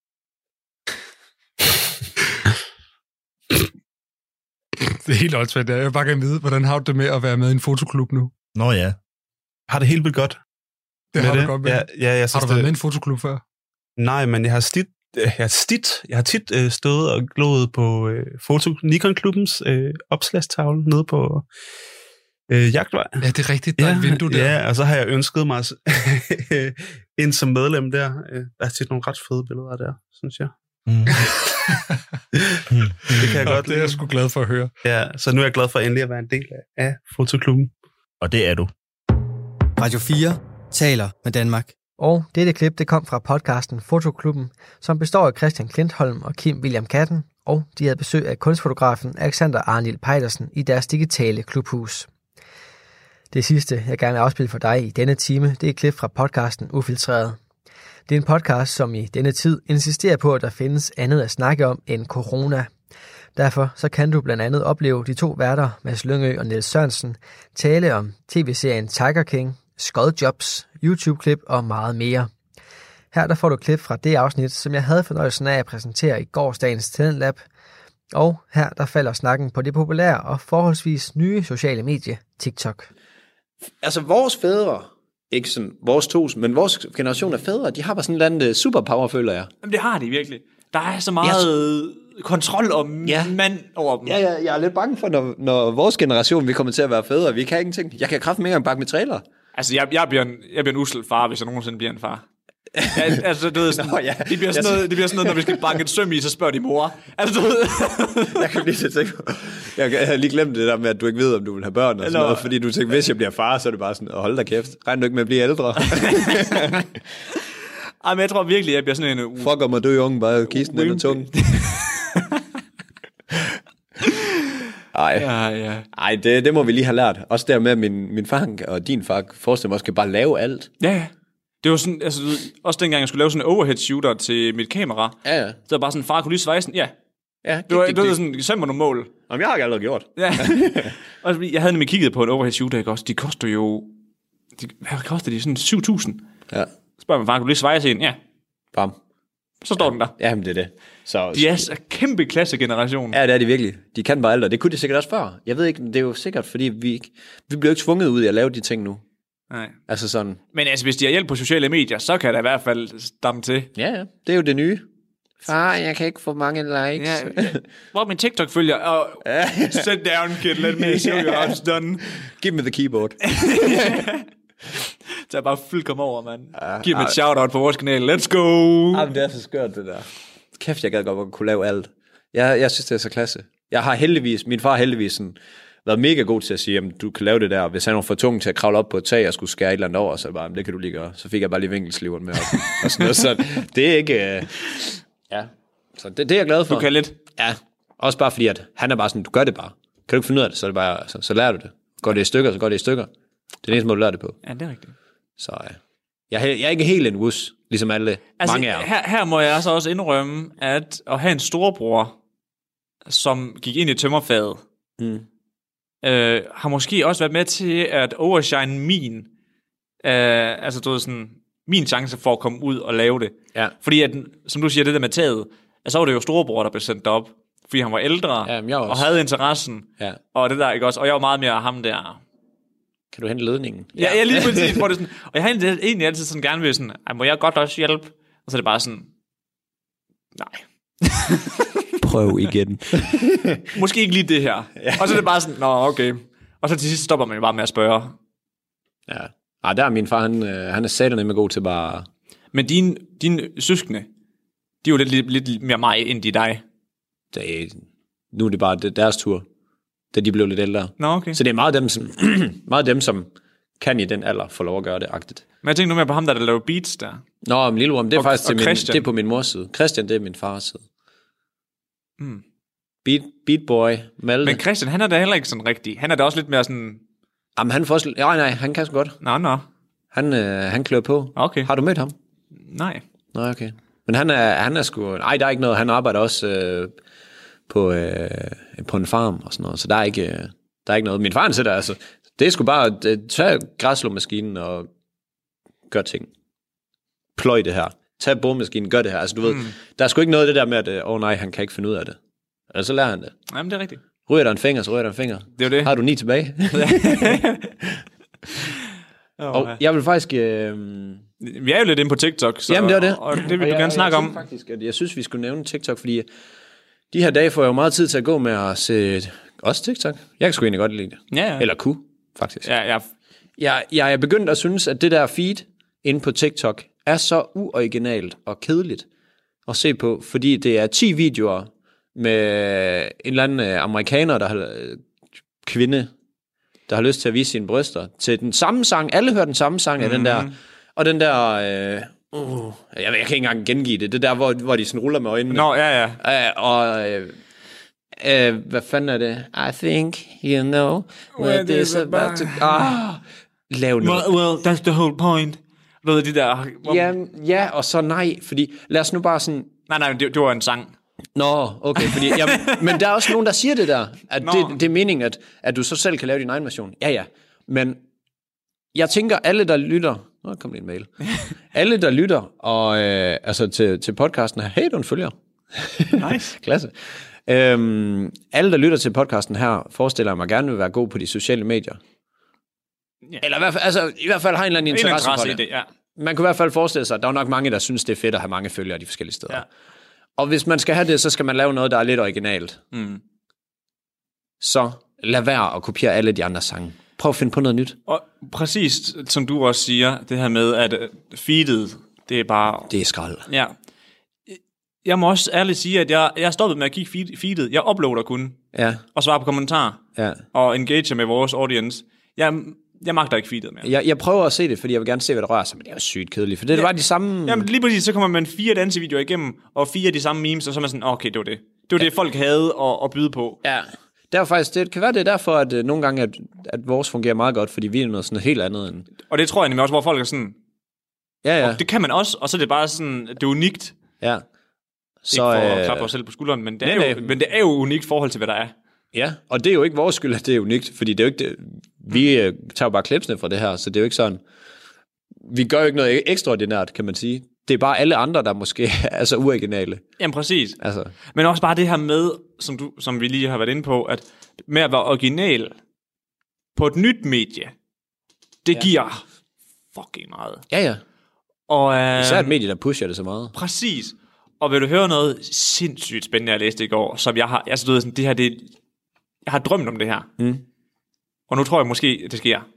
Speaker 18: Det er helt åndssvagt. Jeg vil bare gerne vide, hvordan har du det med at være med i en fotoklub nu?
Speaker 20: Nå ja.
Speaker 19: Har det helt vildt godt.
Speaker 18: Det har det? du godt med.
Speaker 19: Ja, ja, jeg
Speaker 18: har
Speaker 19: synes,
Speaker 18: du været
Speaker 19: det...
Speaker 18: med i en fotoklub før?
Speaker 19: Nej, men jeg har tit, jeg har tit, jeg har tit øh, stået og glået på øh, foto Nikon-klubbens øh, opslagstavle nede på øh, Jagtvej.
Speaker 18: Ja, det er rigtigt. Der ja, er et vindue der.
Speaker 19: Ja, og så har jeg ønsket mig ind som medlem der. Der har tit nogle ret fede billeder der, synes jeg. Mm. Det kan jeg
Speaker 18: og
Speaker 19: godt
Speaker 18: det er jeg sgu glad for at høre.
Speaker 19: Ja, så nu er jeg glad for endelig at være en del af, af fotoklubben.
Speaker 20: Og det er du.
Speaker 1: Radio fire taler med Danmark.
Speaker 2: Og dette klip, det kom fra podcasten Fotoklubben, som består af Christian Klintholm og Kim William Katten, og de havde besøg af kunstfotografen Alexander Arnhild Pejdersen i deres digitale klubhus. Det sidste, jeg gerne vil afspille for dig i denne time, det er et klip fra podcasten Ufiltreret. Det er en podcast, som i denne tid insisterer på, at der findes andet at snakke om end corona. Derfor så kan du blandt andet opleve de to værter, Mads Lyngø og Niels Sørensen, tale om tv-serien Tiger King, Skodjobs, YouTube-klip og meget mere. Her der får du klip fra det afsnit, som jeg havde fornøjelsen af at præsentere i gårsdagens Talentlab. Og her der falder snakken på det populære og forholdsvis nye sociale medie, TikTok.
Speaker 21: Altså vores fædre, ikke sådan vores tos, men vores generation af fædre, de har bare sådan en eller anden superpower, føler jeg.
Speaker 22: Jamen det har de virkelig. Der er så meget yes. kontrol og
Speaker 21: ja.
Speaker 22: mand over dem.
Speaker 21: Ja, ja, jeg er lidt bange for, når, når vores generation, vi kommer til at være fædre. Vi kan ingenting. Jeg kan kraft mere en bakke med trailer.
Speaker 22: Altså, jeg, jeg, bliver en, jeg bliver en usel far, hvis jeg nogensinde bliver en far. Ja, altså, du ved, sådan, Nå, ja. det, bliver sådan noget, det bliver sådan noget, når vi skal banke et søm i, så spørger de mor. Altså, du ved.
Speaker 21: Jeg kan blive så tænke på. Jeg har lige glemt det der med, at du ikke ved, om du vil have børn og sådan noget, fordi du tænker, hvis jeg bliver far, så er det bare sådan, hold da kæft, regner du ikke med at blive ældre?
Speaker 22: Ej, men jeg tror virkelig, jeg bliver sådan en...
Speaker 21: Fuck om at dø unge, bare kisten eller tunge. Ej,
Speaker 22: ja, ja.
Speaker 21: Ej det, det må vi lige have lært. Også der med, at min, min far og din far forestiller mig også, skal bare lave alt.
Speaker 22: Ja, ja. Det var sådan, altså, også dengang jeg skulle lave sådan en overhead shooter til mit kamera.
Speaker 21: Ja, ja.
Speaker 22: Så var bare sådan, far kunne lige svejsen. Ja.
Speaker 21: Ja,
Speaker 22: det var, det var sådan, send mig nogle mål.
Speaker 21: Jamen, jeg har ikke allerede gjort.
Speaker 22: Ja. Og jeg havde nemlig kigget på en overhead shooter, ikke også? De koster jo, de, hvad koster de? Sådan syv tusind.
Speaker 21: Ja.
Speaker 22: Spørger man, far kunne lige svejse en? Ja.
Speaker 21: Bam.
Speaker 22: Så står
Speaker 21: ja.
Speaker 22: den der.
Speaker 21: Jamen, det er det. Så,
Speaker 22: de er så kæmpe klassegeneration.
Speaker 21: Ja, det er de virkelig. De kan bare alt, og det kunne de sikkert også før. Jeg ved ikke, det er jo sikkert, fordi vi ikke, vi bliver ikke tvunget ud i at lave de ting nu.
Speaker 22: Nej.
Speaker 21: Altså sådan.
Speaker 22: Men altså, hvis de har hjælp på sociale medier, så kan der i hvert fald stamme til.
Speaker 21: Ja, ja. Det er jo det nye. Far, jeg kan ikke få mange likes.
Speaker 22: Ja, ja. Hvor min TikTok følger, og sit down, kid, let me show you how it's done.
Speaker 21: Give me the keyboard.
Speaker 22: Så er bare fyldt komme over, mand. Ja, giv mig et shout-out på vores kanal. Let's go!
Speaker 21: Jamen, det er så skørt, det der. Kæft, jeg gad godt kunne lave alt. Jeg, jeg synes, det er så klasse. Jeg har heldigvis, min far har heldigvis sådan, været mega god til at sige, at du kan lave det der. Hvis han var for tung til at kravle op på et tag og skulle skære et eller andet over, så bare, det kan du lige gøre. Så fik jeg bare lige vinkelsliveren med op. Og sådan noget. Så det er ikke... Uh... Ja, så det, det er jeg glad for.
Speaker 22: Du kan lidt.
Speaker 21: Ja, også bare fordi, at han er bare sådan, du gør det bare. Kan du ikke finde ud af det, så, er det bare, så, så lærer du det. Går det i stykker, så går det i stykker. Det er den eneste måde, du lærer det på.
Speaker 22: Ja, det er rigtigt.
Speaker 21: Så ja. Jeg, jeg er ikke helt en wus, ligesom alle
Speaker 22: altså,
Speaker 21: mange er.
Speaker 22: Her, her må jeg altså også indrømme, at at have en storebror, som gik ind i tømmerfaget,
Speaker 21: mm.
Speaker 22: øh, har måske også været med til at overshine min, øh, altså du ved sådan, min chance for at komme ud og lave det.
Speaker 21: Ja.
Speaker 22: Fordi at, som du siger, det der med taget, så var det jo storebror, der blev sendt derop, fordi han var ældre,
Speaker 21: ja,
Speaker 22: og havde interessen,
Speaker 21: ja.
Speaker 22: og det der, ikke også, og jeg var meget mere ham der.
Speaker 21: Kan du hente ledningen?
Speaker 22: Ja, ja, lige præcis, hvor det sådan, og jeg har egentlig, egentlig altid sådan gerne vil sådan, må jeg godt også hjælpe? Og så er det bare sådan, nej.
Speaker 21: Prøv igen.
Speaker 22: Måske ikke lige det her. Ja. Og så er det bare sådan, nå okay. Og så til sidst stopper man jo bare med at spørge.
Speaker 21: Ja. Ah, der er min far, han, han er saterne med god til bare...
Speaker 22: Men dine, dine søskende, de er jo lidt, lidt, lidt mere mig end de dig.
Speaker 21: Det er, nu er det bare deres tur, da de blev lidt ældre.
Speaker 22: Nå, okay.
Speaker 21: Så det er meget dem, som, meget dem, som kan i den alder få lov at gøre det agtigt.
Speaker 22: Men jeg tænker nu mere på ham, der, der laver beats der.
Speaker 21: Nå, men Lilleorm, det er og, faktisk og til min, det er på min mors side. Christian, det er min fars side.
Speaker 22: Mm.
Speaker 21: Beat, beat boy, Malte.
Speaker 22: Men Christian, han er da heller ikke sådan rigtig. Han er da også lidt mere sådan...
Speaker 21: Jamen, han får... Ja, nej, han kan så godt.
Speaker 22: Nå, nå.
Speaker 21: Han, øh, han klør på.
Speaker 22: Okay.
Speaker 21: Har du mødt ham?
Speaker 22: Nej.
Speaker 21: Nej, okay. Men han er, han er sgu... Nej, der er ikke noget. Han arbejder også øh, på, øh, på en farm og sådan noget. Så der er ikke, øh, der er ikke noget. Min far, han sætter altså... Det er sgu bare... Øh, tag græsslåmaskinen og gør ting. Pløj det her. Tag boremaskinen, gør det her. Altså, du ved, mm. der er sgu ikke noget af det der med, at åh oh, nej, han kan ikke finde ud af det. Eller så lærer han det.
Speaker 22: Jamen, det er rigtigt.
Speaker 21: Ryger der en finger, så ryger der en finger.
Speaker 22: Det er det.
Speaker 21: Har du ni tilbage? Og jeg vil faktisk... Øh...
Speaker 22: Vi er jo lidt inde på TikTok, så...
Speaker 21: Jamen, det er det.
Speaker 22: Og det vil du
Speaker 21: jeg,
Speaker 22: gerne snakke
Speaker 21: jeg
Speaker 22: om.
Speaker 21: Faktisk, at jeg synes, vi skulle nævne TikTok, fordi de her dage får jeg jo meget tid til at gå med at se også TikTok. Jeg kan sgu egentlig godt lide det.
Speaker 22: Ja, ja.
Speaker 21: Eller kunne, faktisk.
Speaker 22: Ja, ja.
Speaker 21: Jeg, jeg er begyndt at synes, at det der feed inde på TikTok er så uoriginalt og kedeligt at se på, fordi det er ti videoer med en eller anden amerikaner, der har kvinde, der har lyst til at vise sine bryster, til den samme sang. Alle hører den samme sang af mm-hmm. den der, og den der, øh, Uh, jeg, jeg kan ikke engang gengive det. Det der, hvor, hvor de sådan ruller med øjnene.
Speaker 22: Nå, ja, ja.
Speaker 21: Uh, og... Uh, uh, hvad fanden er det? I think you know what this about to... Ah, lav noget.
Speaker 22: Well, well, that's the whole point. Ved de der...
Speaker 21: Ja, ja, og så nej, fordi lad os nu bare sådan...
Speaker 22: Nej, nej, det, det var en sang.
Speaker 21: Nå, okay, fordi, ja, men der er også nogen, der siger det der, at det, det er meningen, at, at du så selv kan lave din egen version. Ja, ja, men jeg tænker, alle der lytter, nå, kom lige en mail, alle der lytter og, øh, altså til, til podcasten her, hey, du er en følger.
Speaker 22: Nice.
Speaker 21: Klasse. Øhm, alle der lytter til podcasten her, forestiller jeg mig gerne vil være god på de sociale medier. Ja. Eller i hvert fald, altså, i hvert fald har en eller anden interesse, interesse for det. det ja. Man kunne i hvert fald forestille sig, at der er nok mange, der synes, det er fedt at have mange følgere de forskellige steder. Ja. Og hvis man skal have det, så skal man lave noget, der er lidt originalt.
Speaker 22: Mm.
Speaker 21: Så lad være at kopiere alle de andre sange. Prøv at finde på noget nyt.
Speaker 22: Og præcis, som du også siger, det her med, at feedet, det er bare...
Speaker 21: Det er skrald.
Speaker 22: Ja. Jeg må også ærligt sige, at jeg, jeg er stoppet med at kigge feedet. Jeg uploader kun.
Speaker 21: Ja.
Speaker 22: Og svarer på kommentarer.
Speaker 21: Ja.
Speaker 22: Og engager med vores audience. Jeg... Jeg magter ikke feedet mere.
Speaker 21: Jeg, jeg prøver at se det, fordi jeg vil gerne se, hvad der rører sig, men det er jo sygt kedeligt, for det er ja. bare de samme...
Speaker 22: Jamen lige præcis, så kommer man fire dansevideoer igennem, og fire af de samme memes, og så er man sådan, okay, det var det. Det var ja. det, folk havde at, at byde på.
Speaker 21: Ja, det, er faktisk, det kan være, det er derfor, at uh, nogle gange, at, at vores fungerer meget godt, fordi vi er noget sådan helt andet end...
Speaker 22: Og det tror jeg nemlig også, hvor folk er sådan...
Speaker 21: Ja, ja.
Speaker 22: Og det kan man også, og så er det bare sådan, det er unikt.
Speaker 21: Ja.
Speaker 22: Så, ikke for øh... at klappe os selv på skulderen, men det, er nej, jo, men det er jo unikt i forhold til, hvad der er.
Speaker 21: Ja, og det er jo ikke vores skyld, at det er unikt, fordi det er jo ikke det, vi øh, tager jo bare klipsene fra det her, så det er jo ikke sådan, vi gør jo ikke noget ekstraordinært, kan man sige. Det er bare alle andre, der måske er så uoriginale.
Speaker 22: Jamen præcis.
Speaker 21: Altså.
Speaker 22: Men også bare det her med, som, du, som vi lige har været inde på, at med at være original på et nyt medie, det ja. giver fucking meget.
Speaker 21: Ja, ja.
Speaker 22: Og, øh,
Speaker 21: især et medie, der pusher det så meget.
Speaker 22: Præcis. Og vil du høre noget sindssygt spændende, jeg læste i går, som jeg har, altså du ved sådan, det her, det, jeg har drømt om det her.
Speaker 21: Mm.
Speaker 22: Og nu tror jeg måske, det sker.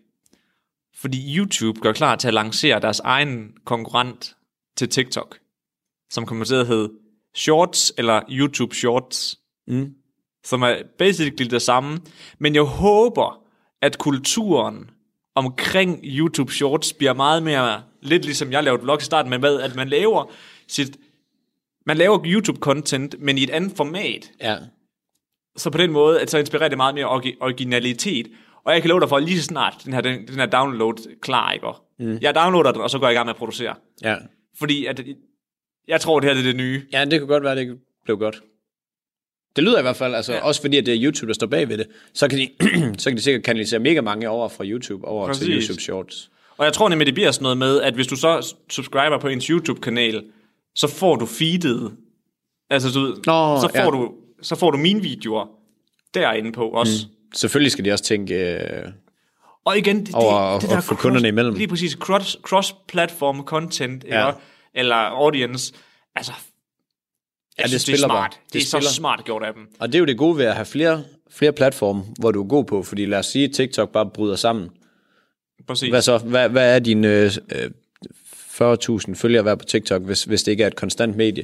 Speaker 22: Fordi YouTube gør klar til at lancere deres egen konkurrent til TikTok, som kommer til at hedde Shorts, eller YouTube Shorts,
Speaker 21: mm.
Speaker 22: som er basically det samme. Men jeg håber, at kulturen omkring YouTube Shorts bliver meget mere, lidt ligesom jeg lavede vlog i starten, med at man laver sit... Man laver YouTube-content, men i et andet format.
Speaker 21: Ja.
Speaker 22: Så på den måde, at så inspirerer det meget mere originalitet. Og jeg kan love dig for, lige så snart den her, den, den her download klar, ikke?
Speaker 21: Mm.
Speaker 22: Jeg downloader den, og så går jeg i gang med at producere.
Speaker 21: Ja.
Speaker 22: Fordi at, jeg tror, det her det er det nye.
Speaker 21: Ja, det kunne godt være, det blev godt. Det lyder i hvert fald, altså ja. Også fordi, at det er YouTube, der står bag ved det. Så kan de, så kan de sikkert kanalisere mega mange over fra YouTube over Præcis. Til YouTube Shorts.
Speaker 22: Og jeg tror nemlig, det bliver sådan noget med, at hvis du så subscriber på ens YouTube-kanal, så får du feedet, altså du,
Speaker 21: Nå,
Speaker 22: så, får
Speaker 21: ja.
Speaker 22: du, så får du mine videoer derinde på også. Mm.
Speaker 21: Selvfølgelig skal de også tænke øh,
Speaker 22: og igen, det,
Speaker 21: over
Speaker 22: det, det
Speaker 21: og,
Speaker 22: der
Speaker 21: og få kunderne imellem.
Speaker 22: Lige præcis, cross, cross-platform content, ja. eller, eller audience, altså, jeg ja, synes, det, det er smart. Det, det er spiller. Så smart gjort af dem.
Speaker 21: Og det er jo det gode ved at have flere, flere platforme, hvor du er god på, fordi lad os sige, at TikTok bare bryder sammen.
Speaker 22: Præcis.
Speaker 21: Hvad så? Hvad, hvad er dine... Øh, fyrre tusind følgere være på TikTok, hvis, hvis det ikke er et konstant medie.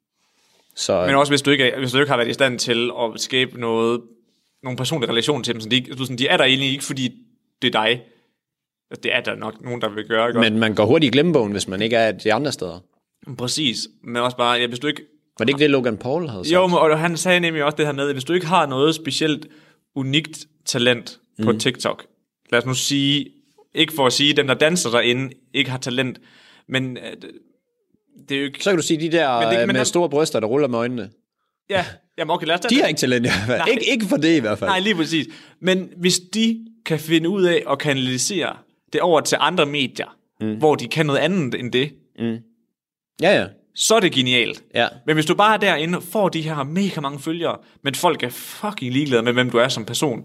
Speaker 21: Så,
Speaker 22: men også hvis du, ikke er, hvis du ikke har været i stand til at skabe noget, nogle personlige relationer til dem, så de, sådan, de er der egentlig ikke, fordi det er dig. Det er der nok nogen, der vil gøre. Ikke?
Speaker 21: Men man går hurtigt i glemmebogen, hvis man ikke er de andre steder.
Speaker 22: Præcis, men også bare, ja, hvis du ikke...
Speaker 21: Var det ikke det, Logan Paul havde sagt?
Speaker 22: Jo, og han sagde nemlig også det her med, at hvis du ikke har noget specielt unikt talent på mm. TikTok, lad os nu sige, ikke for at sige, at dem, der danser derinde, ikke har talent, men det er jo ikke...
Speaker 21: Så kan du sige, de der men det, men med der... store bryster, der ruller med øjnene.
Speaker 22: Ja, jamen okay, lad os tage
Speaker 21: de
Speaker 22: det.
Speaker 21: har ikke talent i hvert fald. Ikke, ikke for det i hvert fald.
Speaker 22: Nej, lige præcis. Men hvis de kan finde ud af at kanalisere det over til andre medier, mm. hvor de kan noget andet end det,
Speaker 21: mm. ja, ja.
Speaker 22: så er det genialt.
Speaker 21: Ja.
Speaker 22: Men hvis du bare er derinde, får de her mega mange følgere, men folk er fucking ligeglade med, hvem du er som person,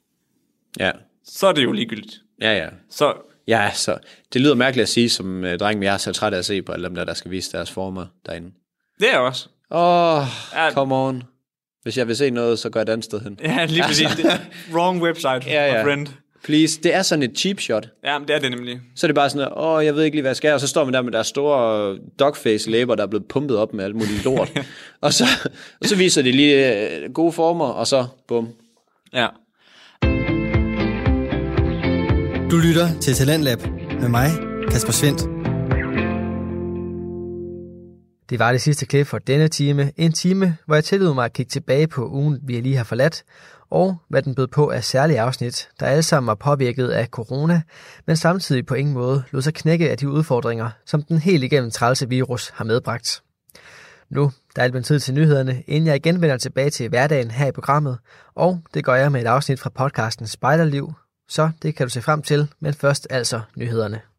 Speaker 21: ja.
Speaker 22: så er det jo ligegyldigt.
Speaker 21: Ja, ja.
Speaker 22: Så...
Speaker 21: Ja, så det lyder mærkeligt at sige som uh, dreng, men jeg er så træt af at se på alle dem der, der skal vise deres former derinde.
Speaker 22: Det er jeg også.
Speaker 21: Åh, oh, ja. Come on. Hvis jeg vil se noget, så går jeg et andet sted hen.
Speaker 22: Ja, lige præcis. Altså. Wrong website,
Speaker 21: ja, ja.
Speaker 22: friend.
Speaker 21: Please, det er sådan et cheap shot.
Speaker 22: Ja, men det er det nemlig.
Speaker 21: Så er det bare sådan, åh, oh, jeg ved ikke lige, hvad jeg skal, og så står man der med deres store dogface-læber, der er blevet pumpet op med alt muligt lort. og, så, og så viser de lige uh, gode former, og så bum.
Speaker 22: Ja.
Speaker 1: Du lytter til Talentlab med mig, Kasper Svendt.
Speaker 2: Det var det sidste klip for denne time. En time, hvor jeg tillod mig at kigge tilbage på ugen, vi lige har forladt, og hvad den bød på af særlige afsnit, der alle sammen var påvirket af corona, men samtidig på ingen måde lod sig knække af de udfordringer, som den helt igennem trælse virus har medbragt. Nu der er det blevet tid til nyhederne, inden jeg igen vender tilbage til hverdagen her i programmet, og det gør jeg med et afsnit fra podcasten Spejderliv, så det kan du se frem til, men først altså nyhederne.